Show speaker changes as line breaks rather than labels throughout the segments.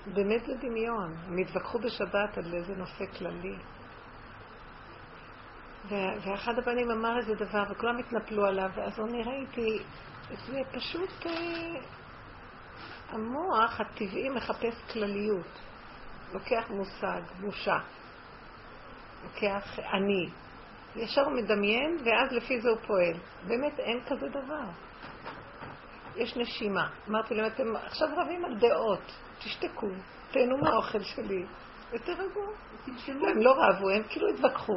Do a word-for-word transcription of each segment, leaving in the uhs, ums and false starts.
באמת זה דמיון. הם התווכחו בשבת על איזה נושא כללי. ואחד הבנים אמר איזה דבר, וכולם התנפלו עליו, ואז אני ראיתי, זה פשוט אה, המוח הטבעי מחפש כלליות. לוקח מושג, בושה. לוקח אני. ישר הוא מדמיין, ואז לפי זה הוא פועל. באמת אין כזה דבר. יש נשימה. אמרתי להם, אתם עכשיו רבים על דעות. תשתקו, תהנו מהאוכל שלי. ותרגעו. הם לא רבו, הם כאילו התווכחו.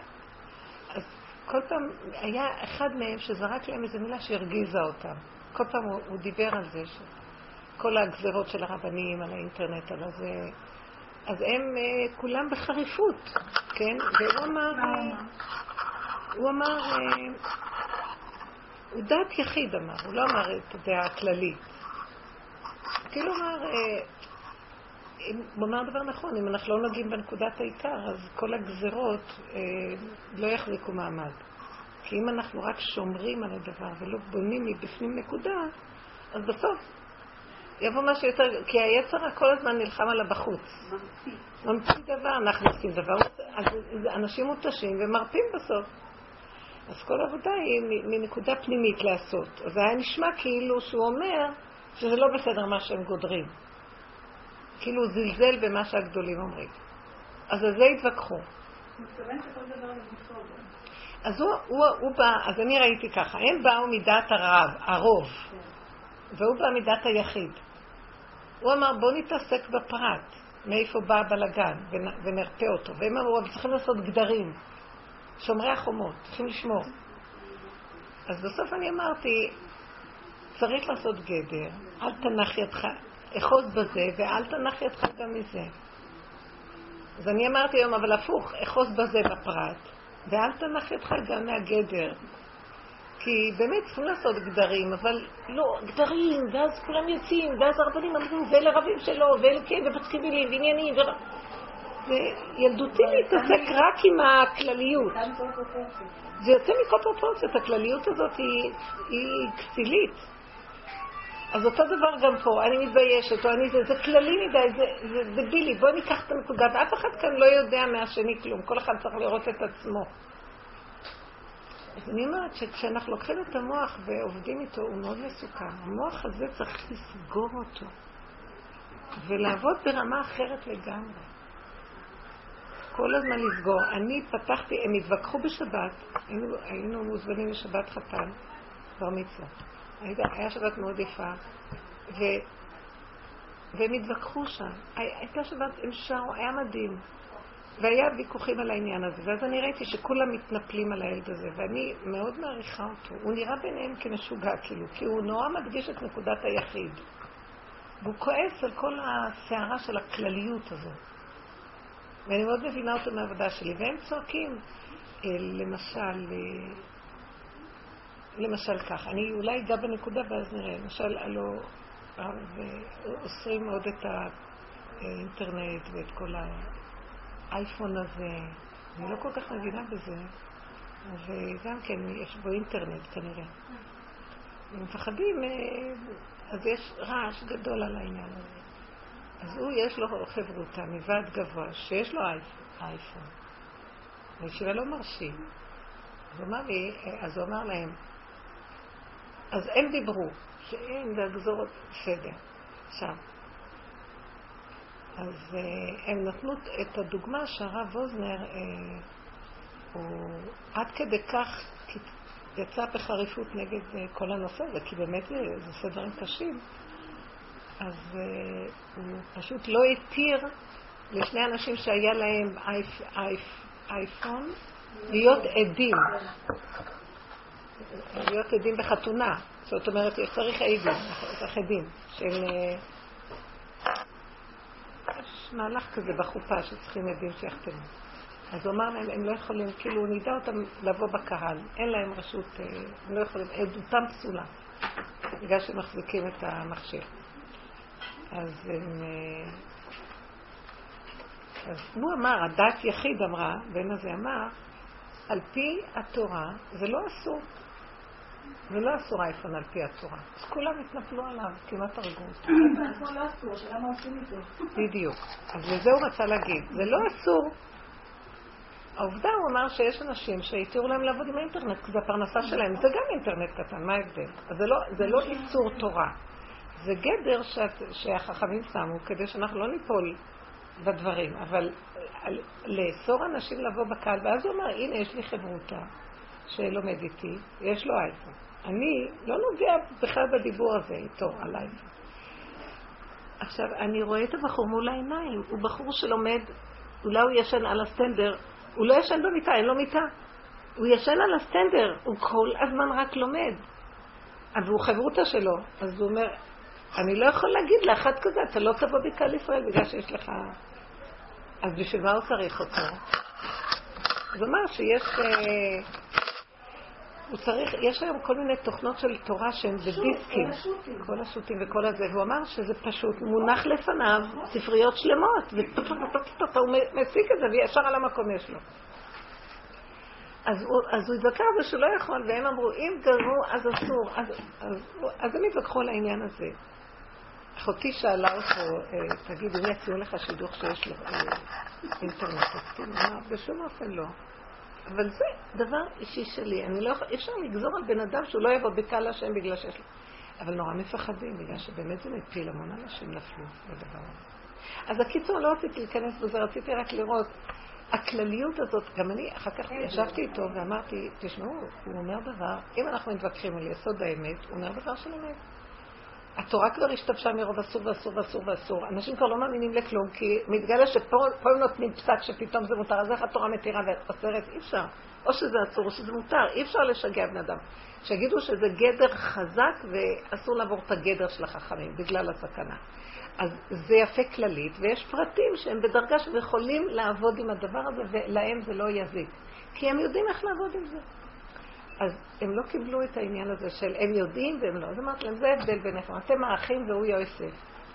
אז כל פעם היה אחד מהם שזרק להם איזו מילה שהרגיזה אותם. כל פעם הוא, הוא דיבר על זה. כל הגזרות של הרבנים, על האינטרנט, על הזה. אז הם uh, כולם בחריפות, כן? והוא אמר, uh, הוא אמר, uh, הוא דעת יחיד אמר, הוא לא אמר את הדעה הכללית. כאילו אמר, uh, הוא אמר דבר נכון, אם אנחנו לא נוגעים בנקודת העיקר, אז כל הגזרות uh, לא יחזיקו מעמד. כי אם אנחנו רק שומרים על הדבר ולא בונים מבפנים נקודה, אז בסוף יבוא משהו יותר, כי היצר כל הזמן נלחם עליו בחוץ. ממציא. ממציא דבר, אנחנו עושים דבר. אז אנשים מותשים ומרפים בסוף. אז כל עבודה היא מנקודה פנימית לעשות. אז היה נשמע כאילו שהוא אומר שזה לא בסדר מה שהם גודרים. כאילו הוא זלזל במה שהגדולים אומרים. אז על זה התווכחו.
מתכוון שכל דבר זה בסדר.
אז הוא, הוא, הוא בא, אז אני ראיתי ככה, הם באו מידת הרב, הרוב. והוא בא מידת היחיד. הוא אמר, בוא נתעסק בפרט, מאיפה בא הבלגן, ונרפא אותו. והם אמרו, צריכים לעשות גדרים, שומרי החומות, צריכים לשמור. אז בסוף אני אמרתי, צריך לעשות גדר, אל תנח ידך, אחוז בזה, ואל תנח ידך גם מזה. אז אני אמרתי היום, אבל הפוך, אחוז בזה בפרט, ואל תנח ידך גם מהגדר. כי באמת צריכים לעשות גדרים, אבל לא, גדרים, ואז כולם יוצאים, ואז הרבנים אמרו, ואלה רבים שלו, ואלה כן, ופתחים מילים, ועניינים, ור... וילדותי להתעסק רק עם הכלליות. זה יוצא מכל פרופורציות, הכלליות הזאת היא, היא כסילית. אז אותו דבר גם פה, אני מתביישת, או אני זה, זה כללי מדי, זה, זה דבילי, בואו ניקח את הנקודה, ואף אחד כאן לא יודע מהשני כלום, כל אחד צריך לראות את עצמו. אז אני אומרת שכשאנחנו לוקחים את המוח ועובדים איתו, הוא מאוד מסוכן. המוח הזה צריך לסגור אותו ולעבוד ברמה אחרת לגמרי. כל הזמן לסגור. אני פתחתי, הם התווכחו בשבת, היינו, היינו מוזמנים לשבת חתן, בר מצווה. היה שבת מאוד יפה, ו... והם התווכחו שם. הייתה שבת, הם שרו, היה מדהים. והיה ויכוחים על העניין הזה, ואז אני ראיתי שכולם מתנפלים על הילד הזה, ואני מאוד מעריכה אותו. הוא נראה ביניהם כמשוגע, כאילו, כי הוא נורא מדגיש את נקודת היחיד. והוא כועס על כל השערה של הכלליות הזאת. ואני מאוד מבינה אותו מהעבודה שלי, והם צועקים, למשל, למשל כך, אני אולי אגע בנקודה ואז נראה, למשל, הלוא, ואוסרים מאוד את האינטרנט ואת כל ה... האייפון הזה, אני לא כל כך מבינה בזה, וגם כן יש בו אינטרנט כנראה. הם מפחדים, אז יש רעש גדול על העניין הזה. אז הוא יש לו חברותה מוועד גבוה שיש לו אייפון. הישיבה לא מרשים. אז הוא אמר לי, אז הוא אמר להם, אז הם דיברו, שאין והגזורות בסדר. עכשיו, אז uh, הם נתנו את הדוגמה שהרב ווזנר uh, הוא עד כדי כך יצא בחריפות נגד uh, כל הנושא הזה, כי באמת זה, זה סדרים קשים. אז uh, הוא פשוט לא התיר לשני אנשים שהיה להם אייפ, אייפ, אייפון להיות עדים. להיות עדים בחתונה. זאת אומרת, צריך עדים, עדים של... יש מהלך כזה בחופה שצריכים עדים שיחתמו. אז הוא אמר להם, הם לא יכולים, כאילו הוא נידע אותם לבוא בקהל, אין להם רשות, הם לא יכולים, עדותם פסולה, בגלל שהם מחזיקים את המכשיר. אז, הם, אז הוא אמר, הדת יחיד אמרה, בן הזה אמר, על פי התורה זה לא אסור. ולא אסור האיפון על פי הצורה. אז כולם התנפלו עליו, כמעט הרגו אותו.
האיפון לא אסור, שלמה עושים את זה?
בדיוק. אז לזה הוא רצה להגיד. זה לא אסור. העובדה הוא אמר שיש אנשים שהתירו להם לעבוד עם האינטרנט, כי זה הפרנסה שלהם. זה גם אינטרנט קטן, מה ההבדל? אז זה לא, זה לא איסור תורה. זה גדר שאת, שהחכמים שמו כדי שאנחנו לא ניפול בדברים. אבל לאסור אנשים לבוא בקהל, ואז הוא אמר, הנה יש לי חברותה שלומד איתי, יש לו אייפון. אני לא נוגע בכלל בדיבור הזה איתו על אייפון. עכשיו, אני רואה את הבחור מול העיניים, הוא בחור שלומד, אולי הוא ישן על הסטנדר, הוא לא ישן במיטה, אין לו מיטה. הוא ישן על הסטנדר, הוא כל הזמן רק לומד. אבל הוא חברותה שלו, אז הוא אומר, אני לא יכול להגיד לאחד כזה, אתה לא תבוא בקהל ישראל בגלל שיש לך... אז בשביל מה הוא צריך אותו? זאת אומרת שיש... הוא צריך, יש היום כל מיני תוכנות של תורה שהן בדיסקים, כל השוטים וכל הזה, והוא אמר שזה פשוט מונח לפניו ספריות שלמות, והוא מציג את זה וישר על המקום יש לו. אז הוא, אז הוא התווכח זה שלא יכול, והם אמרו, אם גרמו אז אסור, אז, אז, אז הם התווכחו על העניין הזה. אחותי שאלה אותו, תגיד, אם יציעו לך שידוך שיש לו אינטרנט, בשום אופן לא. אבל זה דבר אישי שלי, אני לא יכול, אי אפשר לגזור על בן אדם שהוא לא יבוא בקהל השם בגלל שיש לו. אבל נורא מפחדים, בגלל שבאמת זה מפיל, המון אנשים נפלו בדבר הזה. אז הקיצור, לא רציתי להיכנס בזה, רציתי רק לראות, הכלליות הזאת, גם אני אחר כך ישבתי איתו ואמרתי, תשמעו, הוא אומר דבר, אם אנחנו מתווכחים על יסוד האמת, הוא אומר דבר של אמת. התורה כבר השתבשה מרוב אסור ואסור ואסור ואסור. אנשים כבר לא מאמינים לכלום, כי מתגלה שפה הם נותנים פסק שפתאום זה מותר. אז איך התורה מתירה ואסרת? אי אפשר. או שזה אסור או שזה מותר. אי אפשר לשגע בן אדם. שיגידו שזה גדר חזק ואסור לעבור את הגדר של החכמים בגלל הסכנה. אז זה יפה כללית, ויש פרטים שהם בדרגה שיכולים לעבוד עם הדבר הזה, ולהם זה לא יזיק. כי הם יודעים איך לעבוד עם זה. אז הם לא קיבלו את העניין הזה של הם יודעים והם לא. אז אמרת להם, זה הבדל ביניכם. אתם האחים והוא יוסף.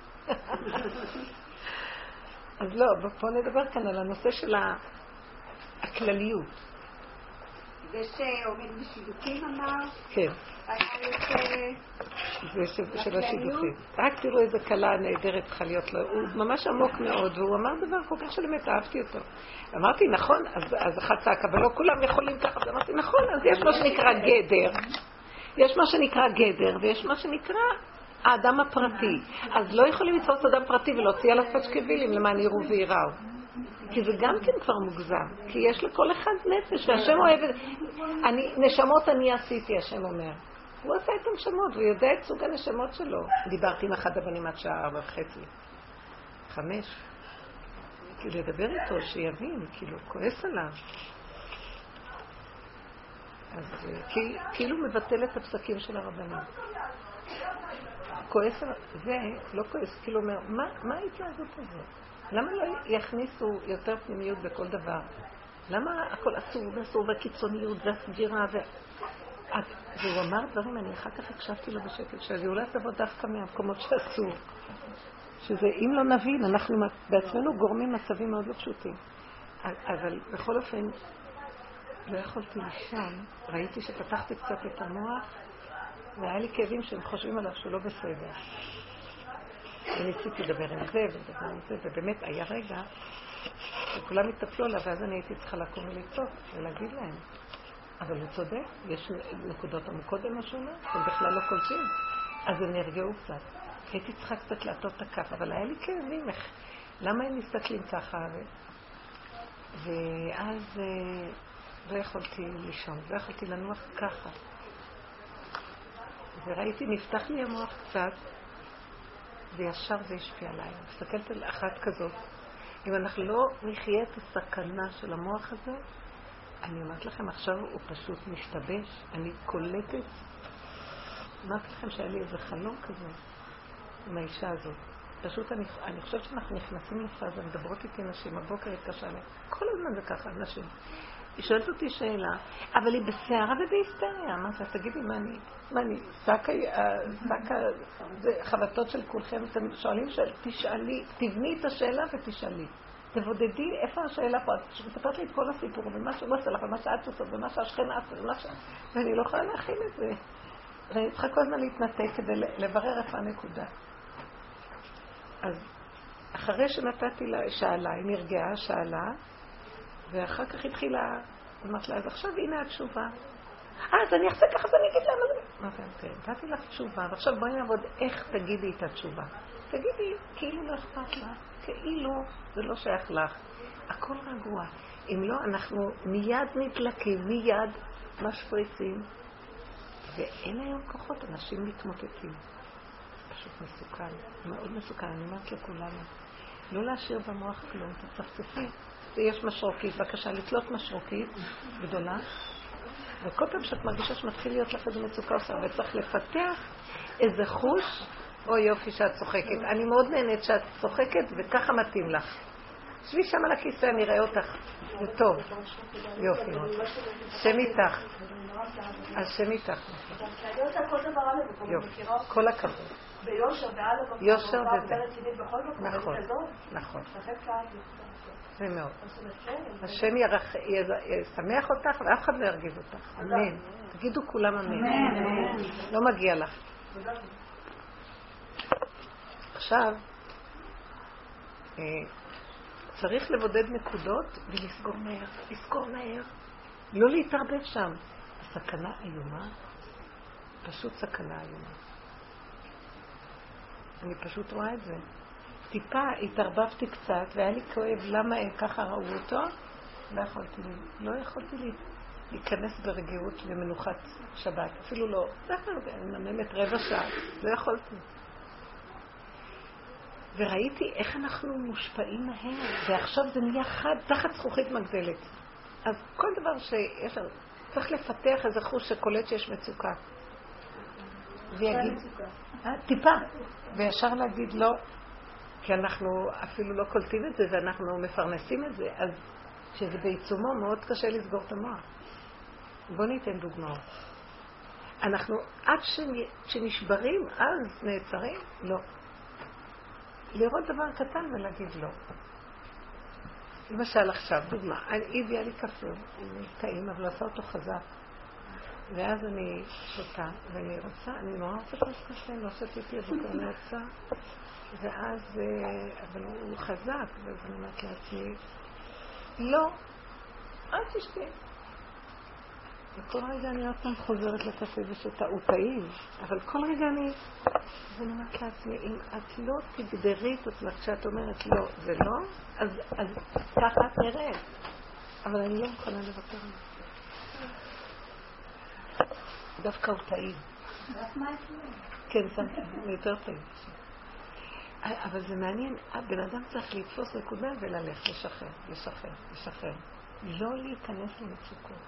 אז לא, בוא נדבר כאן על הנושא של הכלליות.
זה שעומד בשידוכים אמר?
כן. זה של השידוכים. רק תראו איזה קלה נהדרת צריכה להיות לו. הוא ממש עמוק מאוד, והוא אמר דבר כל כך של אמת, אהבתי אותו. אמרתי, נכון, אז אחד צעק, אבל לא כולם יכולים ככה. אז אמרתי, נכון, אז יש מה שנקרא גדר. יש מה שנקרא גדר, ויש מה שנקרא האדם הפרטי. אז לא יכולים לתפוס אדם פרטי ולהוציא עליו פשקבילים למען יראו ויראו. כי זה גם כן כבר מוגזם, כי יש לכל אחד נפש, והשם אוהב את זה. אני, נשמות אני עשיתי, השם אומר. הוא עשה את הנשמות, והוא יודע את סוג הנשמות שלו. דיברתי עם אחד הבנים עד שעה ארבע וחצי. חמש. כאילו לדבר איתו, שיבין, כאילו, כועס עליו. אז כאילו מבטל את הפסקים של הרבנים. כועס עליו, זה לא כועס, כאילו אומר, מה, מה ההתנהגות הזאת? למה לא יכניסו יותר פנימיות בכל דבר? למה הכל אסור ואסור והקיצוניות והסגירה ו... והוא אמר דברים, אני אחר כך הקשבתי לו בשקט שלי, אולי תבוא דווקא מהמקומות שאסור. שזה, אם לא נבין, אנחנו בעצמנו גורמים מצבים מאוד לא פשוטים. אבל בכל אופן, לא יכולתי לישון, ראיתי שפתחתי קצת את המוח, והיה לי כאבים שהם חושבים עליו שלא בסדר. וניסיתי לדבר עם זה ולדבר עם זה, ובאמת היה רגע שכולם התטפלו עליו, ואז אני הייתי צריכה לקום ולצעוק ולהגיד להם. אבל הוא צודק, יש נקודות עמוקות במה שהוא אומר, הם בכלל לא קולטים. אז הם נרגעו קצת. הייתי צריכה קצת להטות את הכף, אבל היה לי כאבים, למה הם מסתכלים ככה? ואז לא יכולתי לישון, לא יכולתי לנוח ככה. וראיתי, נפתח לי המוח קצת, וישר זה השפיע עליי. מסתכלת על אחת כזאת. אם אנחנו לא נחיה את הסכנה של המוח הזה, אני אומרת לכם, עכשיו הוא פשוט משתבש. אני קולטת. אמרתי לכם שהיה לי איזה חלום כזה עם האישה הזאת. פשוט אני, אני חושבת שאנחנו נכנסים לפאזה, מדברות איתי נשים, הבוקר התקשה להם. כל הזמן זה ככה, נשים. היא שואלת אותי שאלה, אבל היא בסערה ובהיסטריה. מה זה? תגידי, מה אני? מה אני? סקה, סקה, זה חבטות של כולכם, אתם שואלים, תשאלי, תבני את השאלה ותשאלי. תבודדי איפה השאלה פה, שפתת לי את כל הסיפור, ומה שהוא עושה לך, ומה שאת עושה, ומה שהשכן עושה, ומה ש... ואני לא יכולה להכין את זה. ואני צריכה כל הזמן להתנתק כדי לברר איפה הנקודה. אז אחרי שנתתי לה, שאלה, היא נרגעה, שאלה, ואחר כך התחילה, אמרת לה, אז עכשיו הנה התשובה. אה, אז אני אחזק ככה, אז אני אגיד למה זה... אמרתי, כן, נתתי לך תשובה, ועכשיו בואי נעבוד איך תגידי את התשובה. תגידי, כאילו לא אכפת לך, כאילו זה לא שייך לך. הכל רגוע. אם לא, אנחנו מיד נתלקים, מיד משפריצים. ואין היום כוחות, אנשים מתמוטטים. פשוט מסוכן, מאוד מסוכן, אני אומרת לכולנו. לא להשאיר במוח כלום, תצפצפי. יש משרוקית, בבקשה, לתלות משרוקית גדולה, וכל פעם שאת מרגישה שמתחיל להיות לך איזה מצוקה עושה, וצריך לפתח איזה חוש, או יופי שאת צוחקת. אני מאוד נהנית שאת צוחקת, וככה מתאים לך. שבי שם על הכיסא, אני אראה אותך. זה טוב. יופי. שם איתך. אז שם איתך. יופי. כל הכבוד.
ביושר ואלף.
יושר וזה. נכון. נכון. זה מאוד. השם ישמח אותך ואף אחד לא ירגיז אותך. אמן. תגידו כולם אמן. לא מגיע לך. עכשיו, צריך לבודד נקודות ולסגור מהר, לסגור מהר, לא להתערבב שם. סכנה איומה, פשוט סכנה איומה. אני פשוט רואה את זה. טיפה התערבבתי קצת והיה לי כואב למה הם ככה ראו אותו, לא יכולתי, לא יכולתי לי, להיכנס ברגיעות ומנוחת שבת, אפילו לא, אני נממת רבע שעה, לא יכולתי. וראיתי איך אנחנו מושפעים מהר, ועכשיו זה נהיה חד תחת זכוכית מגדלת. אז כל דבר שיש לנו, צריך לפתח איזה חוש שקולט שיש מצוקה. ויגיד, טיפה, וישר להגיד לא, כי אנחנו אפילו לא קולטים את זה, ואנחנו מפרנסים את זה, אז כשזה בעיצומו מאוד קשה לסגור את המוח. בוא ניתן דוגמאות. אנחנו עד שנשברים, אז נעצרים? לא. לראות דבר קטן ולהגיד לא. למשל עכשיו, דוגמה, היא הביאה לי קפה, הוא טעים, אבל עשה אותו חזק. ואז אני שותה, ואני רוצה, אני נורא רוצה פרס קפה, לא שתיתי הבוקר, אני רוצה. ואז, אבל הוא חזק, ואז אני אומרת לעצמי, לא, אל תשתה. וכל רגע אני עוד פעם חוזרת לקפה ושותה, הוא טעים, אבל כל רגע אני, ואני אומרת לעצמי, אם את לא תגדרי את עצמך כשאת אומרת לא, זה לא, אז, אז ככה את נראית. אבל אני לא מוכנה לוותר על זה. דווקא הוא טעים. כן, זה יותר טעים. אבל זה מעניין, הבן אדם צריך לתפוס נקודה וללך, לשחרר, לשחרר, לשחרר. לא להיכנס למצוקות.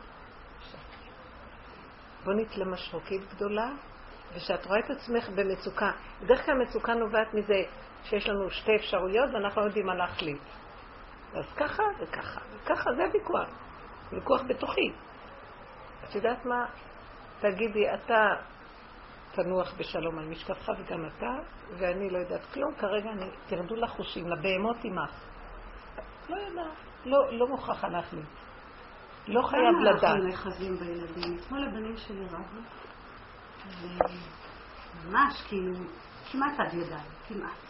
בוא נתלה משרוקית גדולה, ושאת רואה את עצמך במצוקה. בדרך כלל מצוקה נובעת מזה שיש לנו שתי אפשרויות ואנחנו לא יודעים מה להחליט. אז ככה וככה, וככה זה הוויכוח. ויכוח בתוכי. את יודעת מה? תגידי, אתה תנוח בשלום על משכבך וגם אתה, ואני לא יודעת כלום, כרגע אני, תרדו לחושים, לבהמות עמך. לא יודע, לא, לא מוכרחה להחליט. לא חייב לדעת.
אנחנו נחזים בילדים. אתמול הבנים שלי רבו, וממש כאילו, כמעט עד ידיים, כמעט.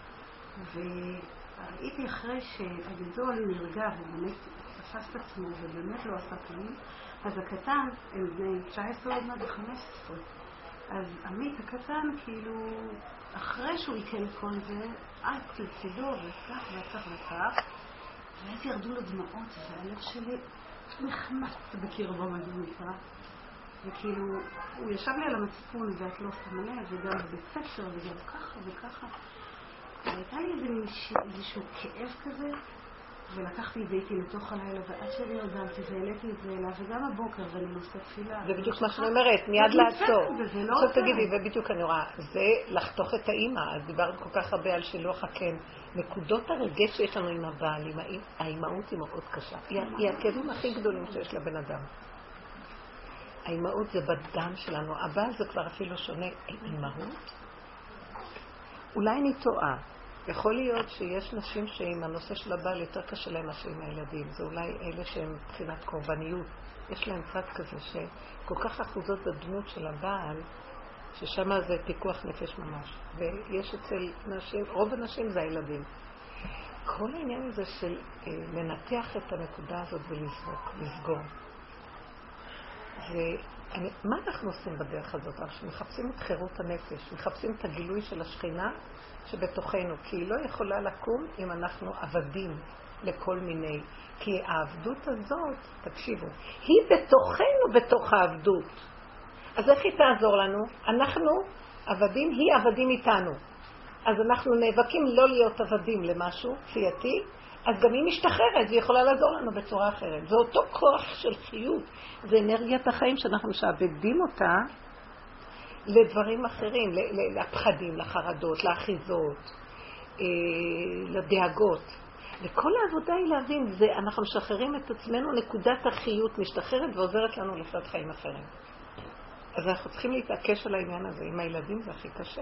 וראיתי אחרי שהגדול נרגע ובאמת תפס את עצמו ובאמת לא עשה כלום, אז הקטן, הם בני תשע עשרה עוד מעט ו-חמש עשרה. אז עמית הקטן, כאילו, אחרי שהוא יקל את כל זה, עד לצידו וכך וכך וכך, ואז ירדו לו דמעות, והלב שלי נחמץ בקרבו מדמיקה. וכאילו, הוא ישב לי על המצפון, ואת לא שמה לב, וגם בבית ספר, וגם ככה וככה. והייתה לי איזשהו כאב כזה, ולקחתי את זה איתי לתוך הלילה, ועד שאני הרדמתי והעליתי את זה אליו, וגם הבוקר, ואני נושא תפילה.
זה בדיוק מה שאני אומרת, מיד לעצור. עכשיו תגידי, ובדיוק אני רואה, זה לחתוך את האימא, אז דיברנו כל כך הרבה על שילוח הקן. נקודות הרגש שיש לנו עם הבעל, האימהות היא מאוד קשה. היא הכאבים הכי גדולים שיש לבן אדם. האימהות זה בדם שלנו, הבעל זה כבר אפילו שונה. אימהות? אולי אני טועה. יכול להיות שיש נשים שעם הנושא של הבעל יותר קשה להם מאשר עם הילדים. זה אולי אלה שהם מבחינת קורבניות. יש להם צד כזה שכל כך אחוזות בדמות של הבעל, ששם זה פיקוח נפש ממש. ויש אצל נשים, רוב הנשים זה הילדים. כל העניין הזה של אה, לנתח את הנקודה הזאת ולסגור, לסגור. ואני, מה אנחנו עושים בדרך הזאת? אנחנו מחפשים את חירות הנפש, מחפשים את הגילוי של השכינה שבתוכנו, כי היא לא יכולה לקום אם אנחנו עבדים לכל מיני. כי העבדות הזאת, תקשיבו, היא בתוכנו בתוך העבדות. אז איך היא תעזור לנו? אנחנו עבדים, היא עבדים איתנו. אז אנחנו נאבקים לא להיות עבדים למשהו כפייתי, אז גם היא משתחררת, והיא יכולה לעזור לנו בצורה אחרת. זה אותו כוח של חיות, זה אנרגיית החיים שאנחנו משעבדים אותה לדברים אחרים, לפחדים, לחרדות, לאחיזות, לדאגות. וכל העבודה היא להבין, זה, אנחנו משחררים את עצמנו, נקודת החיות משתחררת ועוזרת לנו לחיות חיים אחרים. אז אנחנו צריכים להתעקש על העניין הזה. עם הילדים זה הכי קשה.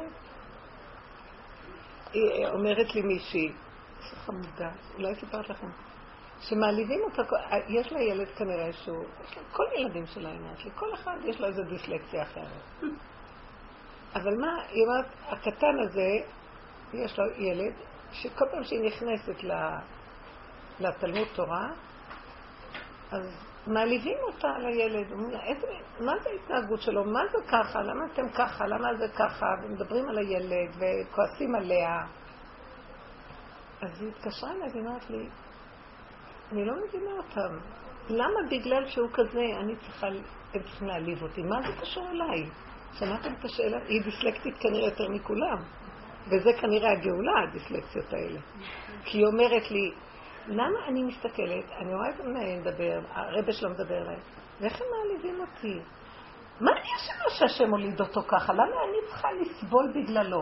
היא אומרת לי מישהי, זה חמודה, אולי סיפרת לכם, שמעליבים אותה, יש לה ילד כנראה שהוא, יש לה, כל ילדים שלה אומרת לי, כל אחד יש לו איזו דיסלקציה אחרת. אבל מה, היא אומרת, הקטן הזה, יש לו ילד, שכל פעם שהיא נכנסת לתלמוד תורה, אז מעליבים אותה על הילד, איזה, מה זה ההתנהגות שלו, מה זה ככה, למה אתם ככה, למה זה ככה, ומדברים על הילד וכועסים עליה. אז היא התקשרה אליי ואומרת לי, אני לא מבינה אותם, למה בגלל שהוא כזה אני צריכה, הם צריכים להעליב אותי, מה זה קשור אליי? שמעתם את השאלה? היא דיסלקטית כנראה יותר מכולם, וזה כנראה הגאולה, הדיסלקציות האלה. כי היא אומרת לי, למה אני מסתכלת, אני רואה את המנהל מדבר, הרבא שלו מדבר אליי, ואיך הם מעליבים אותי? מה אני אשמה שהשם הוליד אותו ככה? למה אני צריכה לסבול בגללו?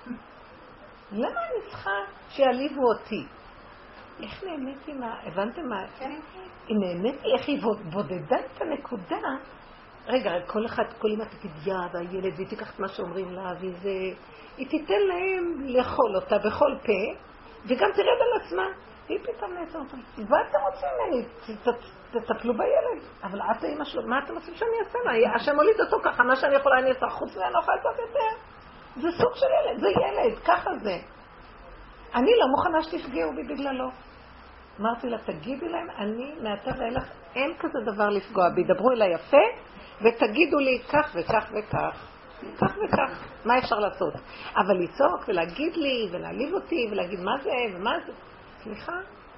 למה אני צריכה שיעליבו אותי? איך נהניתי מה, הבנתם מה? היא נהניתי, איך היא בודדה את הנקודה. רגע, כל אחד, כל אמא תגיד יד, הילד, והיא תיקח את מה שאומרים לה, וזה, היא תיתן להם לאכול אותה בכל פה, וגם תרד על עצמה. היא פתאום נעצה אותה. ואתם רוצים ממני, תטפלו בילד. אבל את האמא שלו, מה אתם רוצים שאני אעשה לה? השם הוליד אותו ככה, מה שאני יכולה אני אעשה, חוץ ואני לא יכולה לעשות יותר. זה סוג של ילד, זה ילד, ככה זה. אני לא מוכנה שתפגעו בי בגללו. אמרתי לה, תגידי להם, אני מעתה ואילך, אין כזה דבר לפגוע בי. דברו אליי יפה, ותגידו לי כך וכך וכך. כך וכך, מה אפשר לעשות? אבל לצעוק ולהגיד לי, ולהעליב אותי, ולהגיד מה זה, ומה זה. סליחה?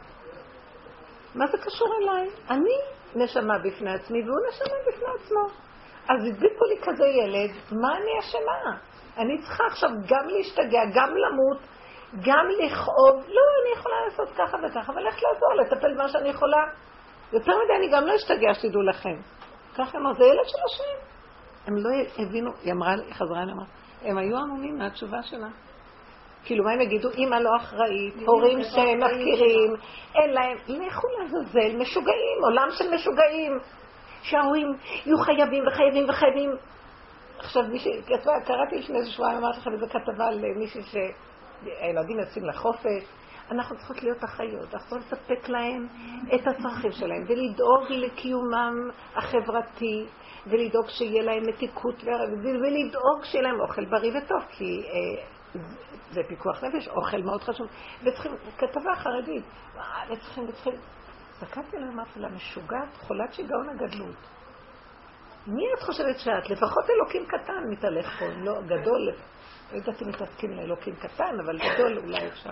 מה זה קשור אליי? אני נשמה בפני עצמי, והוא נשמה בפני עצמו. אז הדביקו לי כזה ילד, מה אני אשמה? אני צריכה עכשיו גם להשתגע, גם למות, גם לכאוב. לא, אני יכולה לעשות ככה וככה, אבל איך לעזור, לטפל מה שאני יכולה. יותר מדי אני גם לא אשתגע, שתדעו לכם. ככה אמר, זה ילד של השם. הם לא הבינו, היא אמרה, היא חזרה, היא אמרה, הם היו עמומים מהתשובה שלה. כאילו מה הם יגידו, אמא לא אחראית, הורים שהם מפקירים, אין להם, לכו לעזאזל, משוגעים, עולם של משוגעים, שההורים יהיו חייבים וחייבים וחייבים. עכשיו מישהי, קראתי לפני איזה שבועיים, אמרתי לכם איזו כתבה על מישהי שהילדים יוצאים לחופש, אנחנו צריכות להיות אחיות, אנחנו צריכות לספק להם את הצרכים שלהם, ולדאוג לקיומם החברתי, ולדאוג שיהיה להם מתיקות, ולדאוג שיהיה להם אוכל בריא וטוב, כי זה פיקוח נפש, אוכל מאוד חשוב. וצריכים, כתבה חרדית, וצריכים, וצריכים. זקנתי לה, אמרתי לה, משוגעת, חולת שיגעון הגדלות. מי את חושבת שאת? לפחות אלוקים קטן מתהלך פה, לא גדול, לא יודעת אם מתעסקים לאלוקים קטן, אבל גדול אולי אפשר.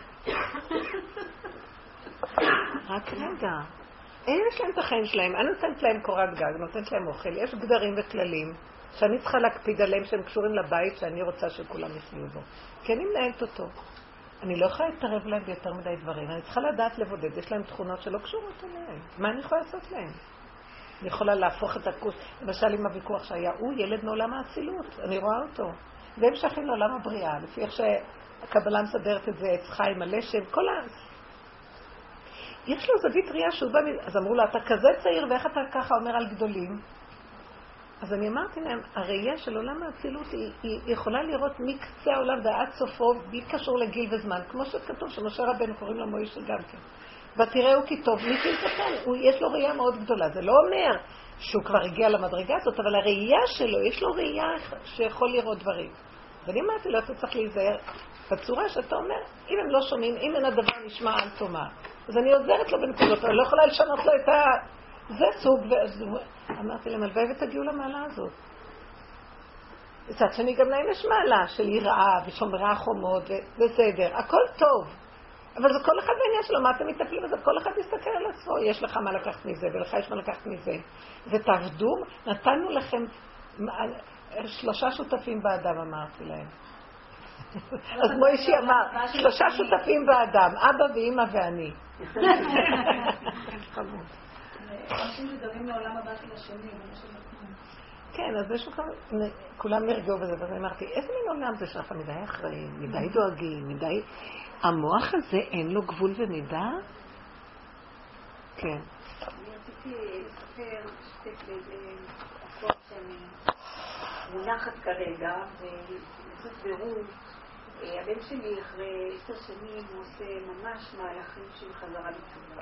רק רגע, יש להם את החיים שלהם, אני נותנת להם קורת גג, נותנת להם אוכל, יש גדרים וכללים, שאני צריכה להקפיד עליהם שהם קשורים לבית שאני רוצה שכולם יחיו בו. כי אני מנהלת אותו. אני לא יכולה להתערב להם ביותר מדי דברים. אני צריכה לדעת לבודד. יש להם תכונות שלא קשורות אליהם. מה אני יכולה לעשות להם? אני יכולה להפוך את הכוס. למשל עם הוויכוח שהיה, הוא ילד מעולם האצילות. אני רואה אותו. והם שייכים לעולם הבריאה. לפי איך שהקבלה מסדרת את זה, עץ חיים, הלשם, כל ה... יש לו זווית ראייה שהוא בא... אז אמרו לו, אתה כזה צעיר ואיך אתה ככה אומר על גדולים? אז אני אמרתי להם, הראייה של עולם האצילות היא, היא יכולה לראות מקצה העולם ועד סופו, בלי קשור לגיל וזמן, כמו שכתוב שמשה רבנו קוראים לו מוישה גם כן. ותראו כי טוב, מי שיקטן, יש לו ראייה מאוד גדולה. זה לא אומר שהוא כבר הגיע למדרגה הזאת, אבל הראייה שלו, יש לו ראייה שיכול לראות דברים. ואני אמרתי לו, אתה צריך להיזהר בצורה שאתה אומר, אם הם לא שומעים, אם אין הדבר נשמע על תומה. אז אני עוזרת לו בנקודות, אני לא יכולה לשנות לו את ה... זה סוג, ואז אמרתי להם, הלוואי ותגיעו למעלה הזאת. מצד שני גם להם יש מעלה של יראה ושומרה חומות ובסדר, הכל טוב. אבל זה כל אחד בעניין שלו, מה אתם מטפלים בזה? כל אחד יסתכל על עצמו, יש לך מה לקחת מזה ולך יש מה לקחת מזה. ותעבדו, נתנו לכם שלושה שותפים באדם, אמרתי להם. אז מוישי אמר, שלושה שותפים באדם, אבא ואמא ואני. חמוד.
אנשים שדברים לעולם הבא של השני.
כן, אז יש לך, כולם נרגעו בזה, ואז אמרתי, איזה מין עולם זה שלך? מדי אחראים, מדי דואגים, מדי... המוח הזה אין לו גבול ומידה? כן.
אני רציתי לספר, לשתף באיזה אחות שאני מונחת כרגע, ולעשות בירור. הבן שלי אחרי עשר שנים הוא עושה ממש מהלכים של חזרה בתשובה.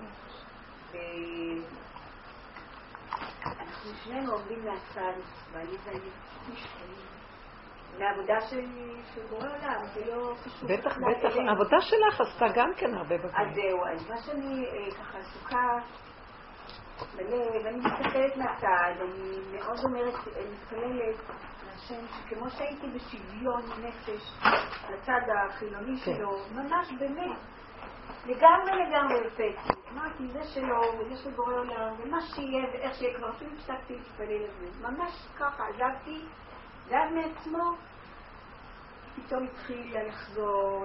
אנחנו שנינו עומדים מהצד, ואני ואני משתנים. מהעבודה של בורא עולם, זה לא חשוב.
בטח, בטח. העבודה שלך עשתה גם כן הרבה בבית.
אז זהו, אז מה שאני ככה עסוקה בלב, אני מסתכלת מהצד, אני מאוד אומרת, אני מתפללת להשם, שכמו שהייתי בשוויון נפש לצד החילוני שלו, ממש באמת, לגמרי לגמרי הרפאתי. אמרתי, זה שלו, וזה של בורא עולם, ומה שיהיה ואיך שיהיה, כבר אפילו הפסקתי להתפלל לזה. ממש ככה, עזבתי, ואז מעצמו פתאום התחיל לחזור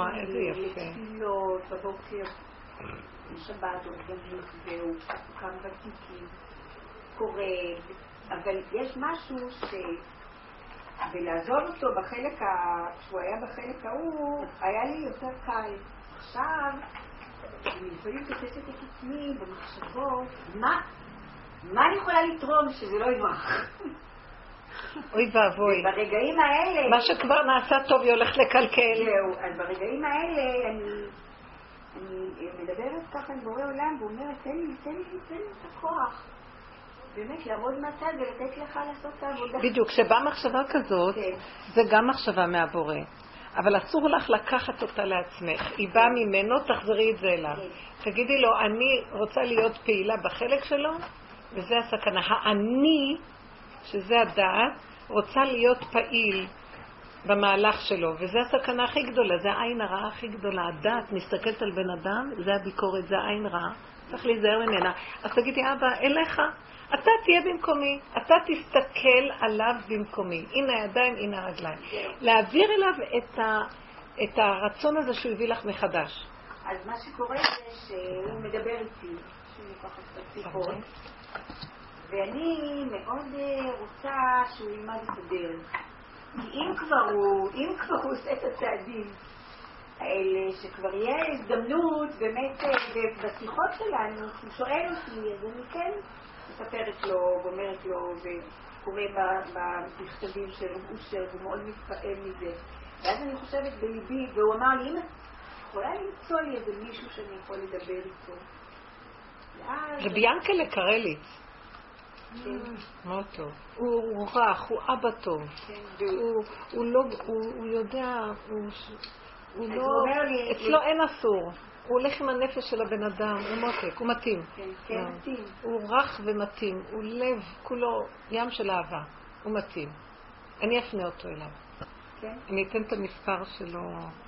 לתפילות בבוקר, בשבת או בגלל והוא קם ותיקים, קורא, אבל יש משהו ש... ולעזוב אותו בחלק, שהוא היה בחלק ההוא, היה לי יותר קל. עכשיו, אני לפעמים תופסת את עצמי במחשבות, מה? מה אני יכולה לתרום שזה לא יברח?
אוי ואבוי.
ברגעים האלה...
מה שכבר נעשה טוב היא הולכת לקלקל.
זהו, אז ברגעים האלה אני, אני מדברת ככה עם בורא עולם ואומרת, תן לי, תן לי, תן לי את הכוח. באמת, לעמוד מהצד ולתת לך לעשות את העבודה.
בדיוק, כשבאה מחשבה כזאת, כן. זה גם מחשבה מהבורא. אבל אסור לך לקחת אותה לעצמך. היא באה ממנו, תחזרי את זה אליו. כן. תגידי לו, אני רוצה להיות פעילה בחלק שלו, וזה הסכנה. האני, שזה הדעת, רוצה להיות פעיל במהלך שלו, וזה הסכנה הכי גדולה, זה העין הרעה הכי גדולה. הדעת מסתכלת על בן אדם, זה הביקורת, זה העין רעה. צריך להיזהר ממנה. אז תגידי, אבא, אליך, אתה תהיה במקומי, אתה תסתכל עליו במקומי. הנה הידיים, הנה הרגליים. להעביר אליו את, ה, את הרצון הזה שהוא הביא לך מחדש.
אז מה שקורה זה שהוא מדבר איתי, שהוא ככה קצת סיפור, ואני מאוד רוצה שהוא ילמד את הדרך. כי אם כבר הוא, אם כבר הוא עושה את הצעדים האלה, שכבר יהיה הזדמנות, באמת, בשיחות שלנו, הוא שואל אותי, אז אני כן מספרת לו, ואומרת לו, וקורא במכתבים של אושר, הוא מאוד מתפעל מזה. ואז אני חושבת בליבי, והוא אמר לי, אם את יכולה למצוא לי איזה מישהו שאני יכול לדבר איתו.
רבי ינקלה קרליץ. מאוד טוב. הוא רך, הוא אבא טוב. הוא לא, הוא יודע, הוא לא, אצלו אין אסור. הוא הולך עם הנפש של הבן אדם, הוא מותק, הוא מתאים. הוא רך ומתאים, הוא לב, כולו ים של אהבה, הוא מתאים. אני אפנה אותו אליו. אני אתן את המספר שלו,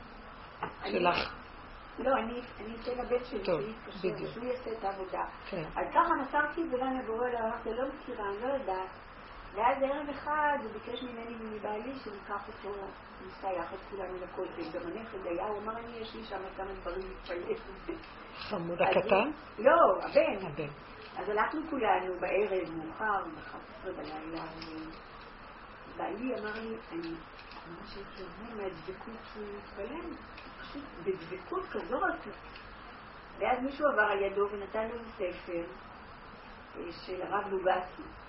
שלך.
לא, אני אתן לבית שלי שיתקשר, שהוא יעשה את העבודה. אז ככה מסרתי את זה לנה בורא, אמרתי, לא מכירה, אני לא יודעת. ואז ערב אחד הוא ביקש ממני ומבעלי שניקח אותו, ניסה יחד כולנו לכותל. גם הנכד היה, הוא אמר, אני יש לי שם כמה דברים להתפייס.
חמוד הקטן?
לא, הבן. אז הלכנו כולנו בערב, מאוחר, ב-אחת עשרה בלילה. בעלי אמר לי, אני ממש הייתי אומר מהדבקות שהוא התפלל. פשוט בדבקות כזאת. ואז מישהו עבר על ידו ונתן לו ספר של הרב לוגסי.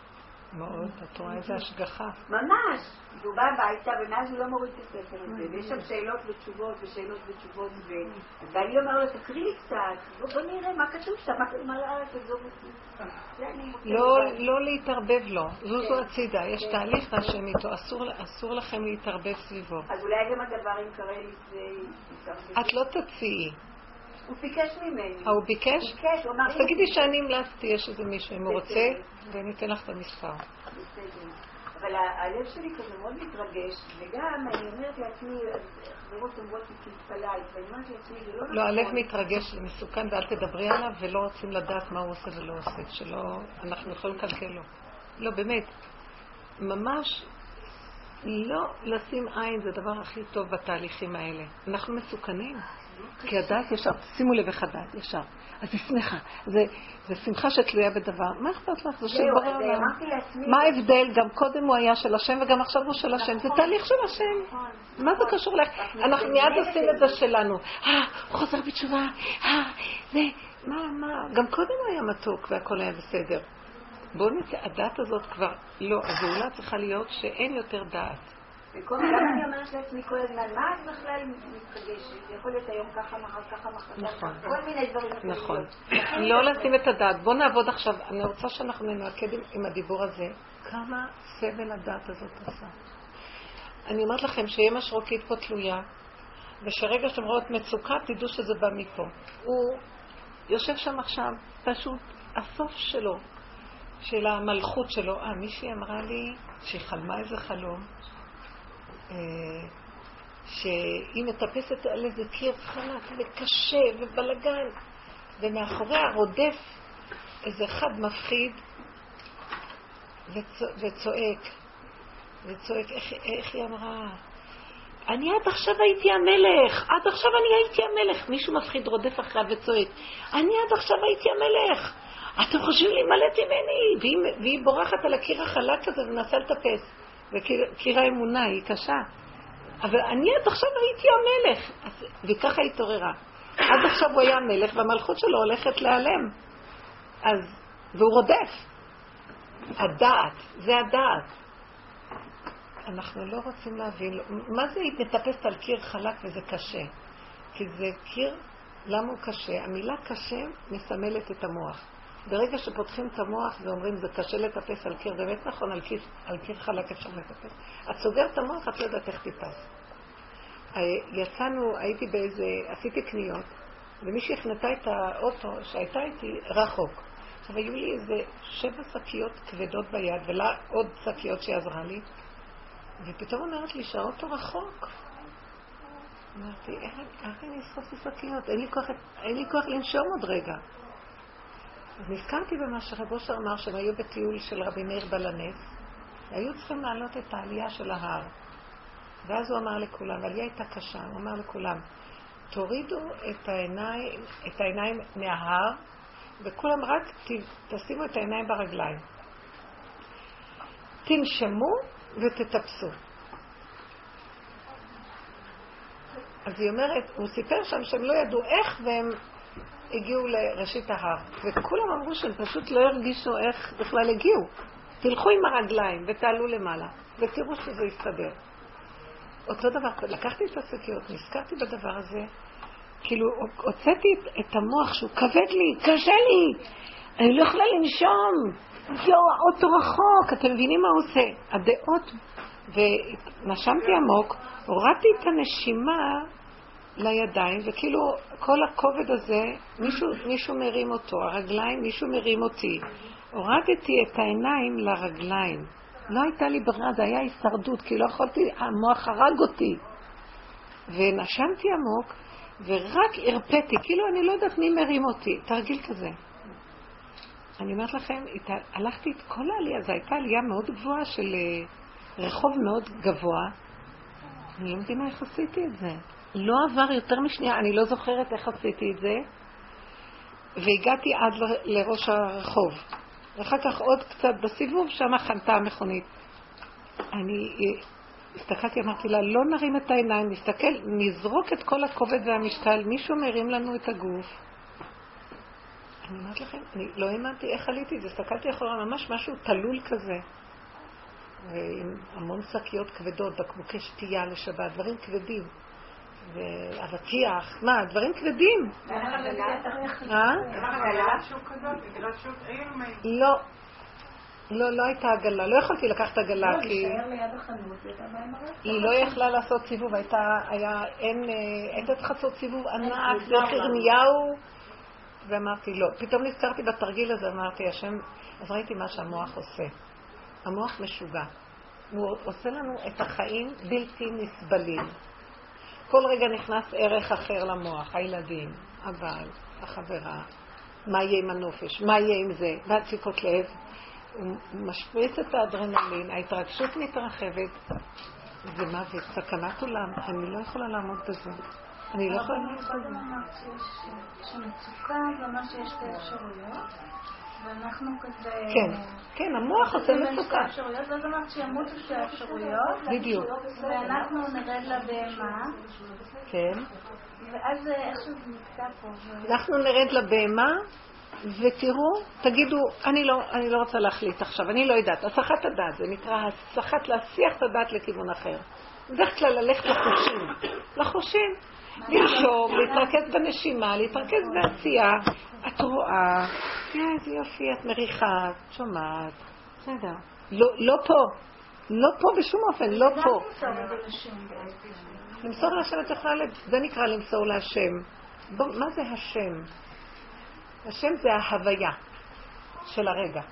מאוד, את רואה איזה השגחה.
ממש. הוא בא הביתה ומאז הוא לא מוריד את הספר הזה, ויש שם שאלות ותשובות ושאלות ותשובות, ואני אומר לו, תקריא לי קצת, בוא נראה מה כתוב שם, מה תעזוב אותי.
לא להתערבב לו, זו זו הצידה, יש תהליך השם איתו, אסור לכם להתערבב סביבו.
אז אולי גם הדבר אם קרא לי זה...
את לא תציעי.
הוא ביקש ממני.
אה, הוא ביקש?
ביקש, הוא אמר...
אז תגידי שאני המלצתי, יש איזה מישהו, אם הוא רוצה, ואני אתן לך את המספר.
בסדר. אבל הלב שלי כזה מאוד מתרגש, וגם אני אומרת לעצמי, חברות אומרות לי כתפלאית, ואני אומרת לעצמי, זה לא נכון.
לא, הלב מתרגש, זה מסוכן, ואל תדברי עליו, ולא רוצים לדעת מה הוא עושה ולא עושה, שלא, אנחנו יכולים לקלקל לו. לא, באמת, ממש לא לשים עין זה הדבר הכי טוב בתהליכים האלה. אנחנו מסוכנים. כי הדעת ישר, שימו לב איך הדעת ישר. אז היא שמחה. זה, זה שמחה שתלויה בדבר. מה אכפת לך? זה של בורא עולם. מה ההבדל? גם קודם הוא היה של השם וגם עכשיו הוא של השם. זה תהליך של השם. מה זה קשור לך? אנחנו מיד עושים את זה שלנו. אה, הוא חוזר בתשובה. אה, זה, מה, מה? גם קודם הוא היה מתוק והכל היה בסדר. בואו נצא, הדעת הזאת כבר לא. הגאולה צריכה להיות שאין יותר דעת.
גם אני אומרת לעצמי כל הזמן, מה את בכלל מתרגשת? זה יכול להיות היום ככה, מחר ככה, מחר ככה, כל מיני דברים.
נכון. לא לשים את הדעת. בואו נעבוד עכשיו. אני רוצה שאנחנו ננקד עם הדיבור הזה. כמה סבל הדעת הזאת עושה. אני אומרת לכם שיהיה משרוקית פה תלויה, ושרגע שאתם רואות מצוקה, תדעו שזה בא מפה. הוא יושב שם עכשיו, פשוט הסוף שלו, של המלכות שלו. אה, מישהי אמרה לי שהיא חלמה איזה חלום, שהיא מטפסת על איזה קיר חלק וקשה ובלגן, ומאחוריה רודף איזה אחד מפחיד וצועק וצועק. איך, איך היא אמרה? אני עד עכשיו הייתי המלך, עד עכשיו אני הייתי המלך. מישהו מפחיד רודף אחריה וצועק, אני עד עכשיו הייתי המלך, אתם חושבים להימלט ממני? והיא, והיא בורחת על הקיר החלק הזה ומנסה לטפס, וקיר האמונה היא קשה, אבל אני עד עכשיו הייתי המלך. אז, וככה היא התעוררה. עד עכשיו הוא היה המלך והמלכות שלו הולכת להיעלם, אז, והוא רודף. הדעת, זה הדעת. אנחנו לא רוצים להבין מה זה היא מטפסת על קיר חלק וזה קשה, כי זה קיר. למה הוא קשה? המילה קשה מסמלת את המוח. ברגע שפותחים את המוח ואומרים זה קשה לטפס על קיר, באמת נכון, על קיר, על קיר חלק אפשר לטפס. את סוגרת את המוח, את לא יודעת איך תיפס. יצאנו, הייתי באיזה, עשיתי קניות, ומישהי הכנתה את האוטו שהייתה איתי רחוק. עכשיו היו לי איזה שבע שקיות כבדות ביד, ולה עוד שקיות שעזרה לי, ופתאום אומרת לי שהאוטו רחוק. אמרתי, איך אני אסחוף את השקיות? אין לי כוח, אין לי כוח לנשום עוד רגע. אז נזכרתי במה שרב אושר אמר שהם היו בטיול של רבי מאיר בלנס, והיו צריכים לעלות את העלייה של ההר. ואז הוא אמר לכולם, העלייה הייתה קשה, הוא אמר לכולם, תורידו את העיניים, את העיניים מההר, וכולם רק תשימו את העיניים ברגליים. תנשמו ותטפסו. אז היא אומרת, הוא סיפר שם שהם לא ידעו איך והם הגיעו לראשית ההר, וכולם אמרו שהם פשוט לא הרגישו איך בכלל הגיעו. תלכו עם הרגליים ותעלו למעלה ותראו שזה יסתדר. אותו דבר, לקחתי את השקיות, נזכרתי בדבר הזה, כאילו הוצאתי את, את המוח שהוא כבד לי, קשה לי, אני לא יכולה לנשום, יו, האוטו רחוק, אתם מבינים מה הוא עושה? הדעות, ונשמתי עמוק, הורדתי את הנשימה לידיים, וכאילו כל הכובד הזה, מישהו, מישהו מרים אותו, הרגליים, מישהו מרים אותי. הורדתי את העיניים לרגליים. לא הייתה לי ברירה, זה היה הישרדות, כי לא יכולתי, המוח הרג אותי. ונשמתי עמוק, ורק הרפאתי, כאילו אני לא יודעת מי מרים אותי, תרגיל כזה. אני אומרת לכם, הלכתי את כל העלייה, זו הייתה עלייה מאוד גבוהה של רחוב מאוד גבוה. אני לא מבינה איך עשיתי את זה. לא עבר יותר משנייה, אני לא זוכרת איך עשיתי את זה, והגעתי עד ל- לראש הרחוב. ואחר כך עוד קצת בסיבוב, שם חנתה המכונית. אני הסתכלתי, אמרתי לה, לא נרים את העיניים, נסתכל, נזרוק את כל הכובד והמשקל, מישהו מרים לנו את הגוף. אני אומרת לכם, אני לא האמנתי איך עליתי את זה, הסתכלתי אחורה, ממש משהו תלול כזה. ועם המון שקיות כבדות, בקבוקי שתייה לשבת, דברים כבדים. ואבטיח, מה, דברים כבדים. אה? לא. לא, לא הייתה עגלה, לא יכולתי לקחת עגלה כי... היא לא יכלה לעשות סיבוב, הייתה, היה, אין, הייתה צריכה לעשות סיבוב ענק, זה חרמיהו, ואמרתי לא. פתאום נזכרתי בתרגיל הזה, אמרתי השם, אז ראיתי מה שהמוח עושה. המוח משוגע. הוא עושה לנו את החיים בלתי נסבלים. כל רגע נכנס ערך אחר למוח, הילדים, הבעל, החברה, מה יהיה עם הנופש, מה יהיה עם זה, והדפיקות לב. הוא משפריץ את האדרנלין, ההתרגשות מתרחבת, זה מוות, סכנת עולם, אני לא יכולה לעמוד בזה. אני לא יכולה לעמוד בזה.
שמצוקה זה מה שיש שתי אפשרויות, ואנחנו כזה...
כן, כן, המוח עושה מצוקה.
ואז אמרת שימותו שתי אפשרויות,
בדיוק.
ואנחנו נרד לבהמה,
כן.
ואז איכשהו זה נקטע פה.
אנחנו נרד לבהמה, ותראו, תגידו, אני לא, אני לא רוצה להחליט עכשיו, אני לא יודעת. הסחת הדעת, זה נקרא הסחת להסיח את הדעת לכיוון אחר. בדרך כלל ללכת לחושים. לחושים. לנשום, להתרכז בנשימה, להתרכז בעשייה. את רואה, תראה איזה יופי, את מריחה, את שומעת. בסדר. לא, לא פה. לא פה בשום אופן, לא פה. למסור להשם את יכולה, זה נקרא למסור להשם. מה זה השם? השם זה ההוויה של הרגע.